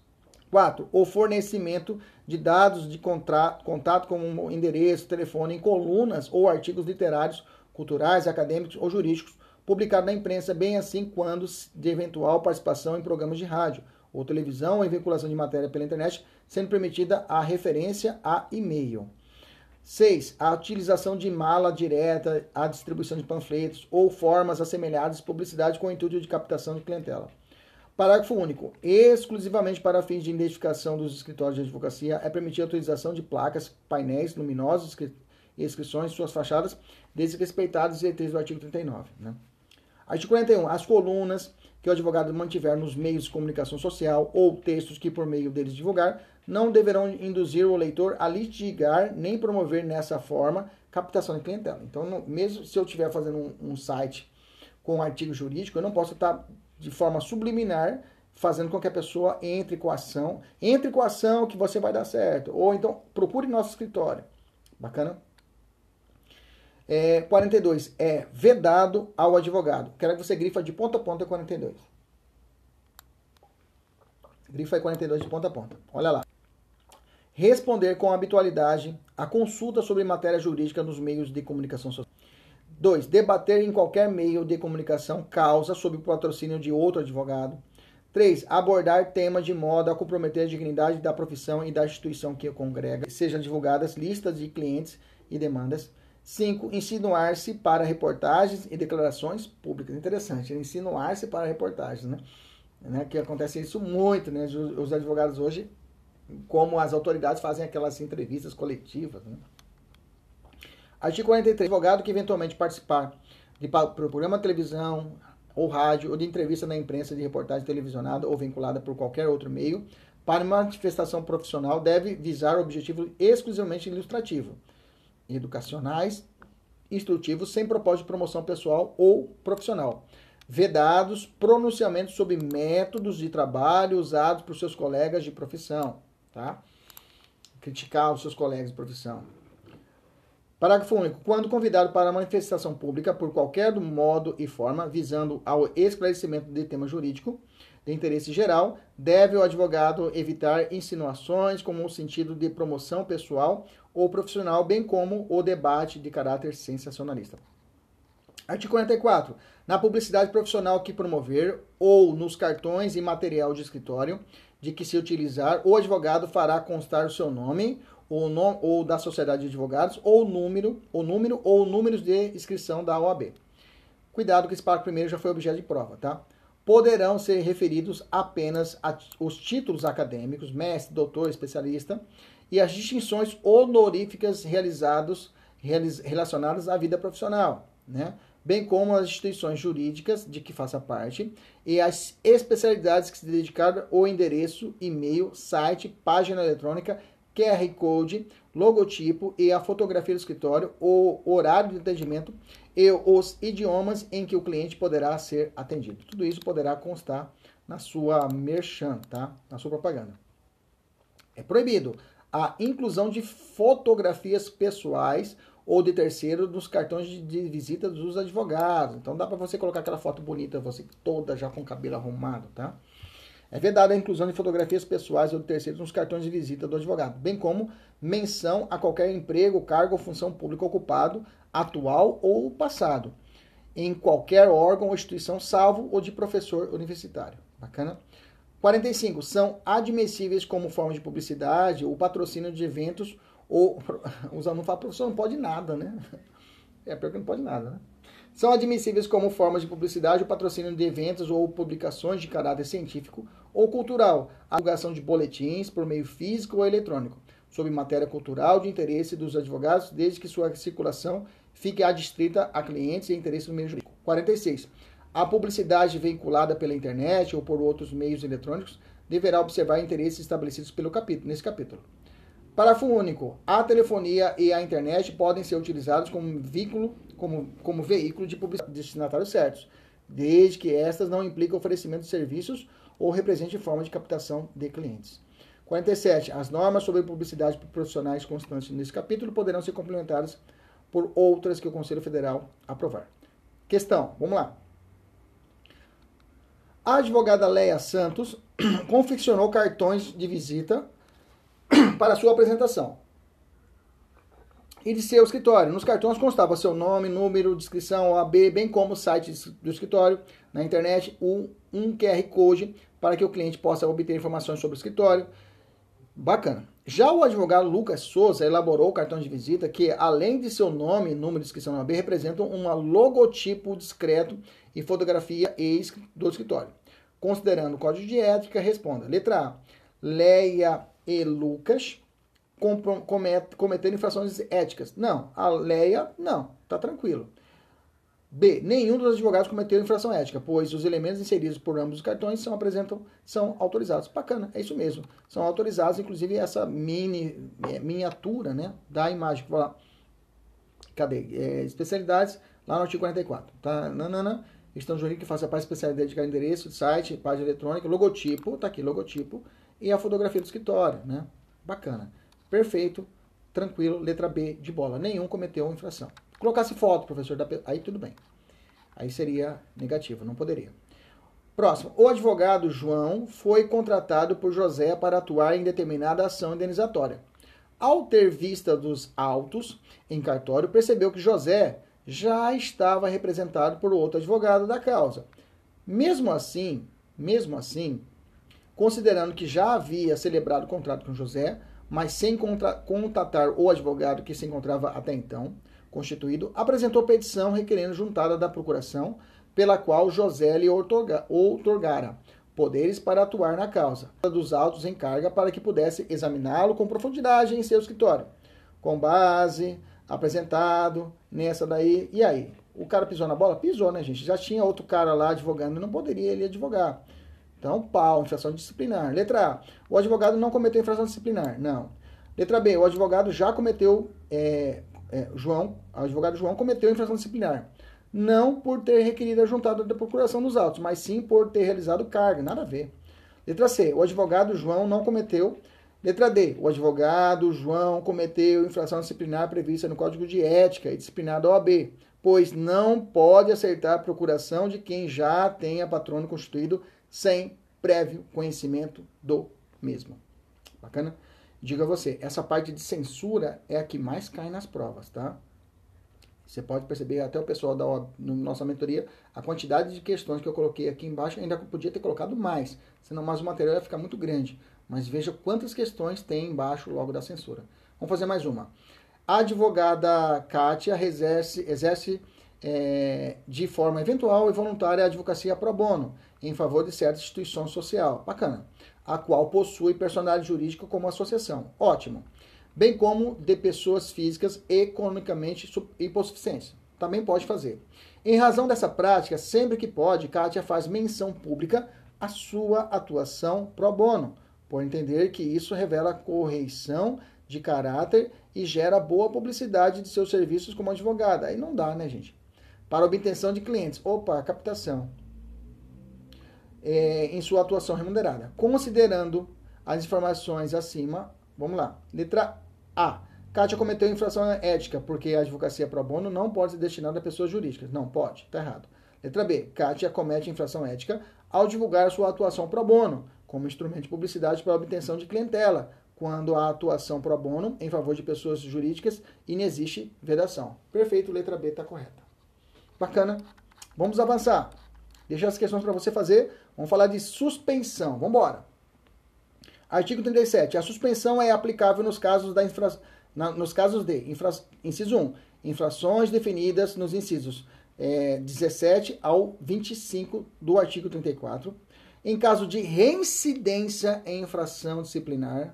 4. O fornecimento de dados de contato como endereço, telefone, em colunas ou artigos literários, culturais, acadêmicos ou jurídicos, publicado na imprensa, bem assim quando de eventual participação em programas de rádio ou televisão ou em vinculação de matéria pela internet, sendo permitida a referência a e-mail. 6. A utilização de mala direta, a distribuição de panfletos ou formas assemelhadas de publicidade com o intuito de captação de clientela. Parágrafo único. Exclusivamente para fins de identificação dos escritórios de advocacia, é permitida a utilização de placas, painéis luminosos e inscrições em suas fachadas, desde que respeitadas as diretrizes do artigo 39. Né? Artigo 41. As colunas que o advogado mantiver nos meios de comunicação social ou textos que por meio deles divulgar, não deverão induzir o leitor a litigar nem promover nessa forma captação de clientela. Então, mesmo se eu estiver fazendo um site com um artigo jurídico, eu não posso estar de forma subliminar fazendo com que a pessoa entre com a ação que você vai dar certo. Ou então, procure nosso escritório. Bacana? 42. É vedado ao advogado. Quero que você grifa de ponta a ponta 42. Grifa aí 42 de ponta a ponta. Olha lá. Responder com habitualidade a consulta sobre matéria jurídica nos meios de comunicação social. 2. Debater em qualquer meio de comunicação causa sob o patrocínio de outro advogado. 3. Abordar temas de modo a comprometer a dignidade da profissão e da instituição que o congrega. Sejam divulgadas listas de clientes e demandas. 5. Insinuar-se para reportagens e declarações públicas. Interessante, insinuar-se para reportagens, né? Que acontece isso muito, né? Os advogados hoje, como as autoridades fazem aquelas entrevistas coletivas, né? Artigo 43. Advogado que eventualmente participar de programa de televisão ou rádio ou de entrevista na imprensa de reportagem televisionada ou vinculada por qualquer outro meio para manifestação profissional deve visar o objetivo exclusivamente ilustrativo, educacionais, instrutivos, sem propósito de promoção pessoal ou profissional. Vedados pronunciamentos sobre métodos de trabalho usados por seus colegas de profissão, tá? Criticar os seus colegas de profissão. Parágrafo único. Quando convidado para a manifestação pública por qualquer modo e forma, visando ao esclarecimento de tema jurídico de interesse geral, deve o advogado evitar insinuações como um sentido de promoção pessoal ou profissional, bem como o debate de caráter sensacionalista. Artigo 44. Na publicidade profissional que promover ou nos cartões e material de escritório de que se utilizar, o advogado fará constar o seu nome ou da sociedade de advogados ou número ou números de inscrição da OAB. Cuidado que esse parágrafo primeiro já foi objeto de prova, tá? Poderão ser referidos apenas os títulos acadêmicos, mestre, doutor, especialista, e as distinções honoríficas relacionadas à vida profissional, né? Bem como as instituições jurídicas de que faça parte e as especialidades que se dedicaram ao endereço, e-mail, site, página eletrônica, QR Code, logotipo e a fotografia do escritório, o horário de atendimento e os idiomas em que o cliente poderá ser atendido. Tudo isso poderá constar na sua merchan, tá? Na sua propaganda. É proibido a inclusão de fotografias pessoais ou de terceiro nos cartões de visita dos advogados. Então dá para você colocar aquela foto bonita, você toda já com o cabelo arrumado, tá? É vedada a inclusão de fotografias pessoais ou de terceiros nos cartões de visita do advogado, bem como menção a qualquer emprego, cargo ou função pública ocupado, atual ou passado, em qualquer órgão ou instituição, salvo o de professor universitário. Bacana? 45. São admissíveis como forma de publicidade ou patrocínio de eventos ou... Os alunos falam, professor, não pode nada, né? É pior que não pode nada, né? São admissíveis como formas de publicidade ou patrocínio de eventos ou publicações de caráter científico ou cultural, a divulgação de boletins por meio físico ou eletrônico, sobre matéria cultural de interesse dos advogados, desde que sua circulação fique adstrita a clientes e interesses do meio jurídico. 46. A publicidade veiculada pela internet ou por outros meios eletrônicos deverá observar interesses estabelecidos nesse capítulo. Parágrafo único. A telefonia e a internet podem ser utilizados como veículo de publicidade de destinatários certos, desde que estas não impliquem oferecimento de serviços ou representem forma de captação de clientes. 47. As normas sobre publicidade para profissionais constantes nesse capítulo poderão ser complementadas por outras que o Conselho Federal aprovar. Questão. Vamos lá. A advogada Leia Santos confeccionou cartões de visita para sua apresentação e de seu escritório. Nos cartões constava seu nome, número, descrição, OAB, bem como o site do escritório, na internet, um QR Code para que o cliente possa obter informações sobre o escritório. Bacana. Já o advogado Lucas Souza elaborou o cartão de visita que, além de seu nome, número, descrição, OAB, representam um logotipo discreto e fotografia do escritório. Considerando o código de ética, responda. Letra A. Leia e Lucas cometeram infrações éticas. Não. A Leia, não. Tá tranquilo. B. Nenhum dos advogados cometeu infração ética, pois os elementos inseridos por ambos os cartões são autorizados. Bacana, é isso mesmo. São autorizados, inclusive essa miniatura, né, da imagem. Vou lá. Cadê? Especialidades, lá no artigo 44. Tá? Gestão jurídica que faça parte da especialidade de cada endereço, site, página eletrônica, logotipo, tá aqui, logotipo, e a fotografia do escritório, né? Bacana. Perfeito, tranquilo, letra B de bola. Nenhum cometeu infração. Colocasse foto, professor, aí tudo bem. Aí seria negativo, não poderia. Próximo. O advogado João foi contratado por José para atuar em determinada ação indenizatória. Ao ter vista dos autos em cartório, percebeu que José já estava representado por outro advogado da causa. Mesmo assim, considerando que já havia celebrado o contrato com José, mas sem contatar o advogado que se encontrava até então constituído, apresentou petição requerendo juntada da procuração, pela qual José lhe outorgara poderes para atuar na causa dos autos em carga para que pudesse examiná-lo com profundidade em seu escritório. Com base, apresentado nessa daí, e aí? O cara pisou na bola? Pisou, né, gente? Já tinha outro cara lá advogando e não poderia ele advogar. Então, pau, infração disciplinar. Letra A. O advogado não cometeu infração disciplinar. Não. Letra B. O advogado já cometeu... o advogado João cometeu infração disciplinar. Não por ter requerido a juntada da procuração dos autos, mas sim por ter realizado carga. Nada a ver. Letra C. O advogado João não cometeu... Letra D. O advogado João cometeu infração disciplinar prevista no Código de Ética e Disciplinar da OAB, pois não pode acertar a procuração de quem já tenha patrono constituído sem prévio conhecimento do mesmo. Bacana? Digo a você, essa parte de censura é a que mais cai nas provas, tá? Você pode perceber, até o pessoal da nossa mentoria, a quantidade de questões que eu coloquei aqui embaixo, ainda podia ter colocado mais, senão mais o material ia ficar muito grande. Mas veja quantas questões tem embaixo logo da censura. Vamos fazer mais uma. A advogada Kátia exerce de forma eventual e voluntária a advocacia pro bono, em favor de certa instituição social. Bacana. A qual possui personalidade jurídica como associação. Ótimo. Bem como de pessoas físicas economicamente hipossuficientes. Também pode fazer. Em razão dessa prática, sempre que pode, Kátia faz menção pública à sua atuação pro bono, por entender que isso revela correição de caráter e gera boa publicidade de seus serviços como advogada. Aí não dá, né, gente? para obtenção de clientes. Opa, captação. Em sua atuação remunerada. Considerando as informações acima, vamos lá. Letra A. Kátia cometeu infração ética, porque a advocacia pro bono não pode ser destinada a pessoas jurídicas. Não pode, tá errado. Letra B. Kátia comete infração ética ao divulgar sua atuação pro bono, como instrumento de publicidade para a obtenção de clientela, quando a atuação pro bono em favor de pessoas jurídicas inexiste vedação. Perfeito, letra B está correta. Bacana. Vamos avançar. Deixa as questões para você fazer. Vamos falar de suspensão. Vamos embora. Artigo 37. A suspensão é aplicável nos casos de inciso 1, infrações definidas nos incisos 17 ao 25 do artigo 34. Em caso de reincidência em infração disciplinar,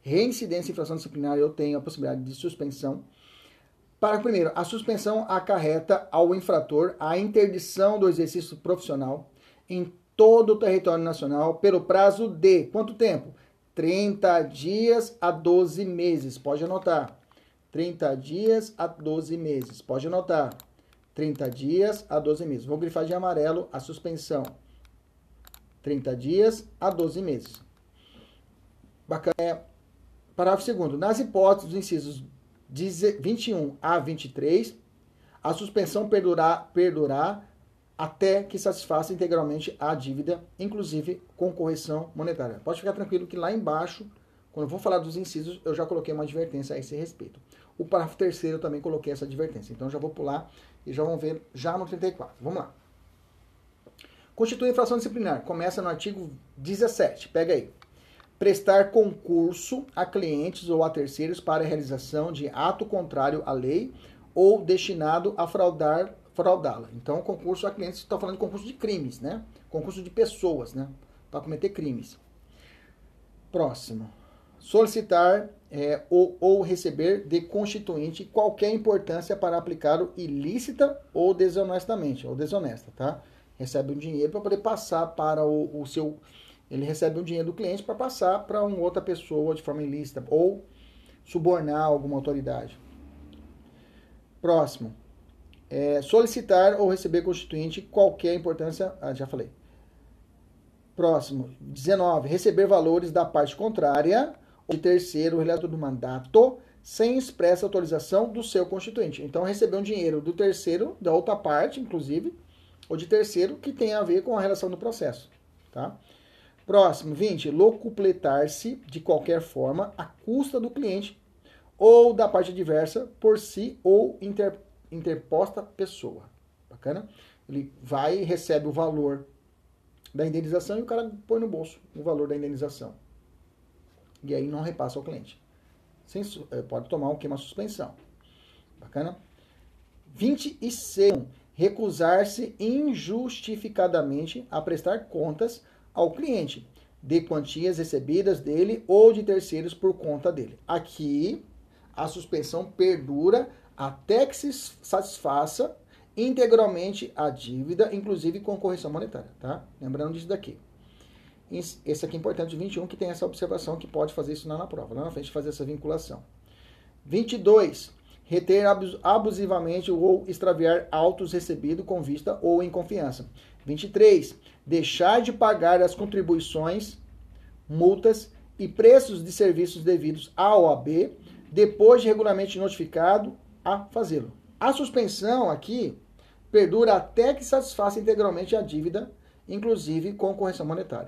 eu tenho a possibilidade de suspensão. Primeiro, a suspensão acarreta ao infrator a interdição do exercício profissional em todo o território nacional pelo prazo de quanto tempo? 30 dias a 12 meses. Pode anotar. 30 dias a 12 meses. Pode anotar. 30 dias a 12 meses. Vou grifar de amarelo a suspensão. 30 dias a 12 meses. Bacana. Parágrafo 2º. Nas hipóteses dos incisos 21 a 23, a suspensão perdurar até que satisfaça integralmente a dívida, inclusive com correção monetária. Pode ficar tranquilo que lá embaixo, quando eu vou falar dos incisos, eu já coloquei uma advertência a esse respeito. O parágrafo 3º eu também coloquei essa advertência. Então já vou pular e já vamos ver já no 34. Vamos lá. Constitui infração disciplinar. Começa no artigo 17. Pega aí. Prestar concurso a clientes ou a terceiros para a realização de ato contrário à lei ou destinado a fraudá-la. Então, concurso a clientes, está falando de concurso de crimes, né? Concurso de pessoas, né? Para cometer crimes. Próximo. Solicitar ou receber de constituinte qualquer importância para aplicá-lo ilícita ou desonestamente, ou desonesta, tá? Recebe um dinheiro para poder passar para o seu... Ele recebe um dinheiro do cliente para passar para uma outra pessoa de forma ilícita ou subornar alguma autoridade. Próximo. Solicitar ou receber constituinte qualquer importância... já falei. Próximo. 19. Receber valores da parte contrária ou de terceiro relator do mandato sem expressa autorização do seu constituinte. Então, receber um dinheiro do terceiro, da outra parte, inclusive, ou de terceiro, que tem a ver com a relação do processo. Tá? Próximo, 20. Locupletar-se de qualquer forma à custa do cliente ou da parte adversa por si ou interposta pessoa. Bacana? Ele vai e recebe o valor da indenização e o cara põe no bolso o valor da indenização. E aí não repassa ao cliente. Pode tomar uma suspensão. Bacana? 26. Recusar-se injustificadamente a prestar contas ao cliente de quantias recebidas dele ou de terceiros por conta dele. Aqui, a suspensão perdura até que se satisfaça integralmente a dívida, inclusive com correção monetária, tá? Lembrando disso daqui. Esse aqui é importante, 21, que tem essa observação que pode fazer isso na prova, lá na frente fazer essa vinculação. 22. Reter abusivamente ou extraviar autos recebidos com vista ou em confiança. 23. Deixar de pagar as contribuições, multas e preços de serviços devidos à OAB depois de regularmente notificado a fazê-lo. A suspensão aqui perdura até que satisfaça integralmente a dívida, inclusive com correção monetária.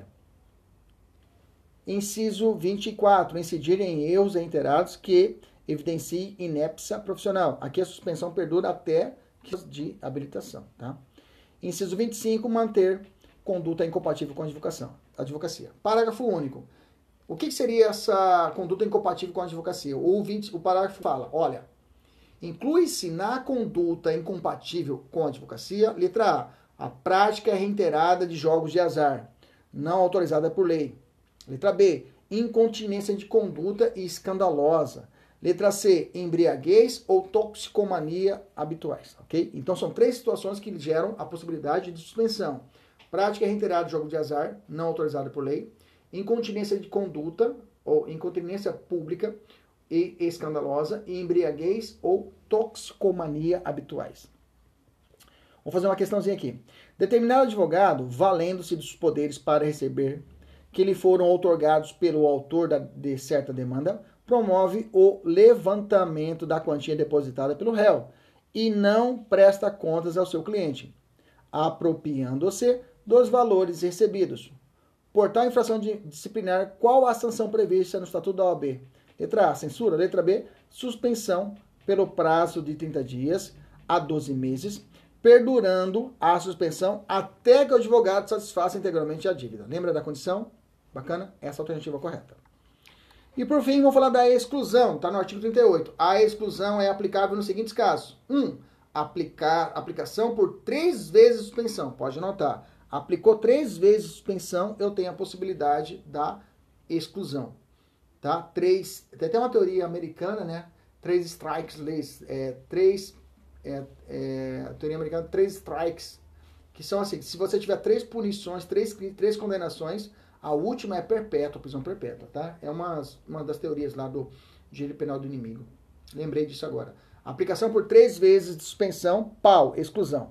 Inciso 24. Incidir em erros reiterados que evidencie inépcia profissional. Aqui a suspensão perdura até de habilitação. Tá? Inciso 25. Manter conduta incompatível com a advocacia. Parágrafo único. O que seria essa conduta incompatível com a advocacia? O parágrafo fala, olha, inclui-se na conduta incompatível com a advocacia, letra A prática reiterada de jogos de azar, não autorizada por lei. Letra B, incontinência de conduta e escandalosa. Letra C, embriaguez ou toxicomania habituais, ok? Então são 3 situações que geram a possibilidade de suspensão. Prática reiterada de jogo de azar, não autorizada por lei. Incontinência de conduta ou incontinência pública e escandalosa. E embriaguez ou toxicomania habituais. Vou fazer uma questãozinha aqui. Determinado advogado, valendo-se dos poderes para receber que lhe foram outorgados pelo autor de certa demanda, promove o levantamento da quantia depositada pelo réu e não presta contas ao seu cliente, apropriando-se dos valores recebidos. Por tal infração disciplinar, qual a sanção prevista no Estatuto da OAB? Letra A, censura. Letra B, suspensão pelo prazo de 30 dias a 12 meses, perdurando a suspensão até que o advogado satisfaça integralmente a dívida. Lembra da condição? Bacana? Essa é a alternativa correta. E por fim, vamos falar da exclusão. Está no artigo 38. A exclusão é aplicável nos seguintes casos. 1. Aplicação por 3 vezes suspensão. Pode anotar. Aplicou 3 vezes suspensão, eu tenho a possibilidade da exclusão. Tá? Tem até uma teoria americana, né? 3 strikes leis. Teoria americana, 3 strikes. Que são assim, se você tiver 3 punições, 3 condenações, a última é perpétua, prisão perpétua, tá? É uma das teorias lá do direito penal do inimigo. Lembrei disso agora. Aplicação por 3 vezes de suspensão, pau, exclusão.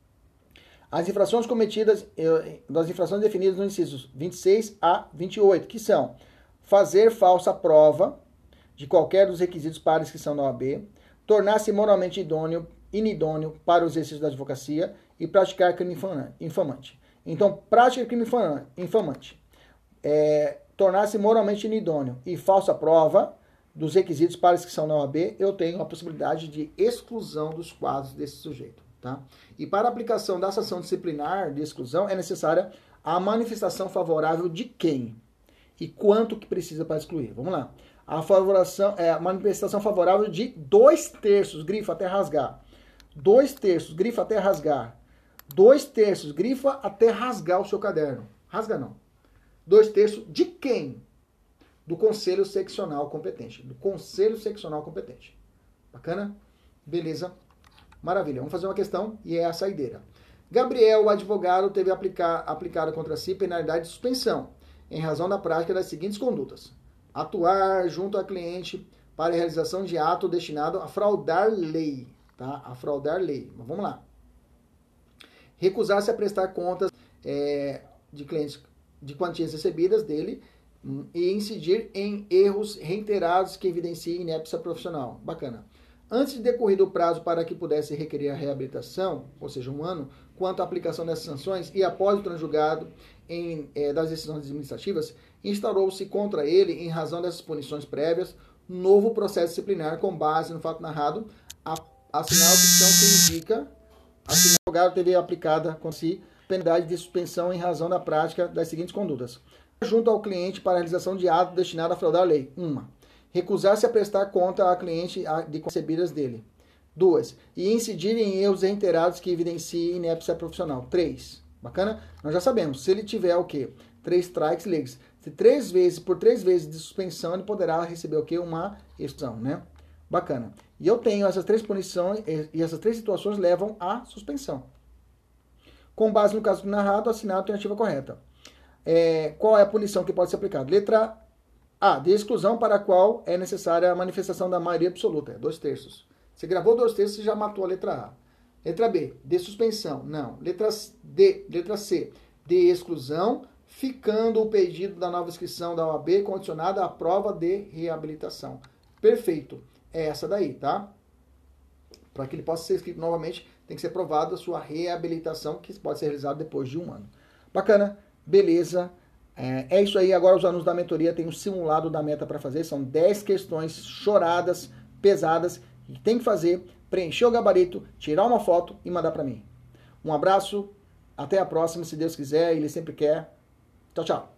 As infrações cometidas, das infrações definidas nos incisos 26 a 28, que são fazer falsa prova de qualquer dos requisitos para inscrição na OAB, tornar-se moralmente inidôneo para o exercício da advocacia e praticar crime infamante. Então, prática de crime infamante. Tornar-se moralmente inidôneo e falsa prova dos requisitos para inscrição na OAB, eu tenho a possibilidade de exclusão dos quadros desse sujeito. Tá? E para a aplicação da sanção disciplinar de exclusão, é necessária a manifestação favorável de quem? E quanto que precisa para excluir? Vamos lá. A manifestação favorável de 2/3, grifa até rasgar. 2/3, grifa até rasgar. 2/3, grifa até rasgar o seu caderno. Rasga não. 2/3 de quem? Do Conselho Seccional competente. Do Conselho Seccional competente. Bacana? Beleza? Maravilha. Vamos fazer uma questão e é a saideira. Gabriel, o advogado, teve aplicado contra si penalidade de suspensão, em razão da prática das seguintes condutas. Atuar junto a cliente para a realização de ato destinado a fraudar lei. Tá? A fraudar lei. Mas vamos lá. Recusar-se a prestar contas de clientes de quantias recebidas dele e incidir em erros reiterados que evidenciem inépcia profissional. Bacana. Antes de decorrido o prazo para que pudesse requerer a reabilitação, ou seja, 1 ano, quanto à aplicação dessas sanções e após o transjugado das decisões administrativas, instaurou-se contra ele, em razão dessas punições prévias, novo processo disciplinar com base no fato narrado, assinar a opção que indica o advogado teve aplicada contra si penalidade de suspensão em razão da prática das seguintes condutas. Junto ao cliente para a realização de ato destinado a fraudar a lei. 1. Recusar-se a prestar conta a cliente de concebidas dele. 2. E incidir em erros reiterados que evidenciem inépcia profissional. 3. Bacana? Nós já sabemos. Se ele tiver o quê? 3 strikes legs. Se por 3 vezes de suspensão, ele poderá receber o quê? Uma exclusão, né? Bacana. E eu tenho essas 3 punições e essas 3 situações levam à suspensão. Com base no caso narrado, assinar a alternativa correta. Qual é a punição que pode ser aplicada? Letra A, de exclusão para a qual é necessária a manifestação da maioria absoluta, 2/3. Você gravou 2/3, você já matou a letra A. Letra B, de suspensão, não. Letra C, de exclusão, ficando o pedido da nova inscrição da OAB condicionada à prova de reabilitação. Perfeito. É essa daí, tá? Para que ele possa ser inscrito novamente, tem que ser provada a sua reabilitação, que pode ser realizada depois de 1 ano. Bacana, beleza. É isso aí. Agora os alunos da mentoria têm um simulado da meta para fazer. São 10 questões choradas, pesadas, que tem que fazer, preencher o gabarito, tirar uma foto e mandar para mim. Um abraço, até a próxima, se Deus quiser, Ele sempre quer. Tchau, tchau.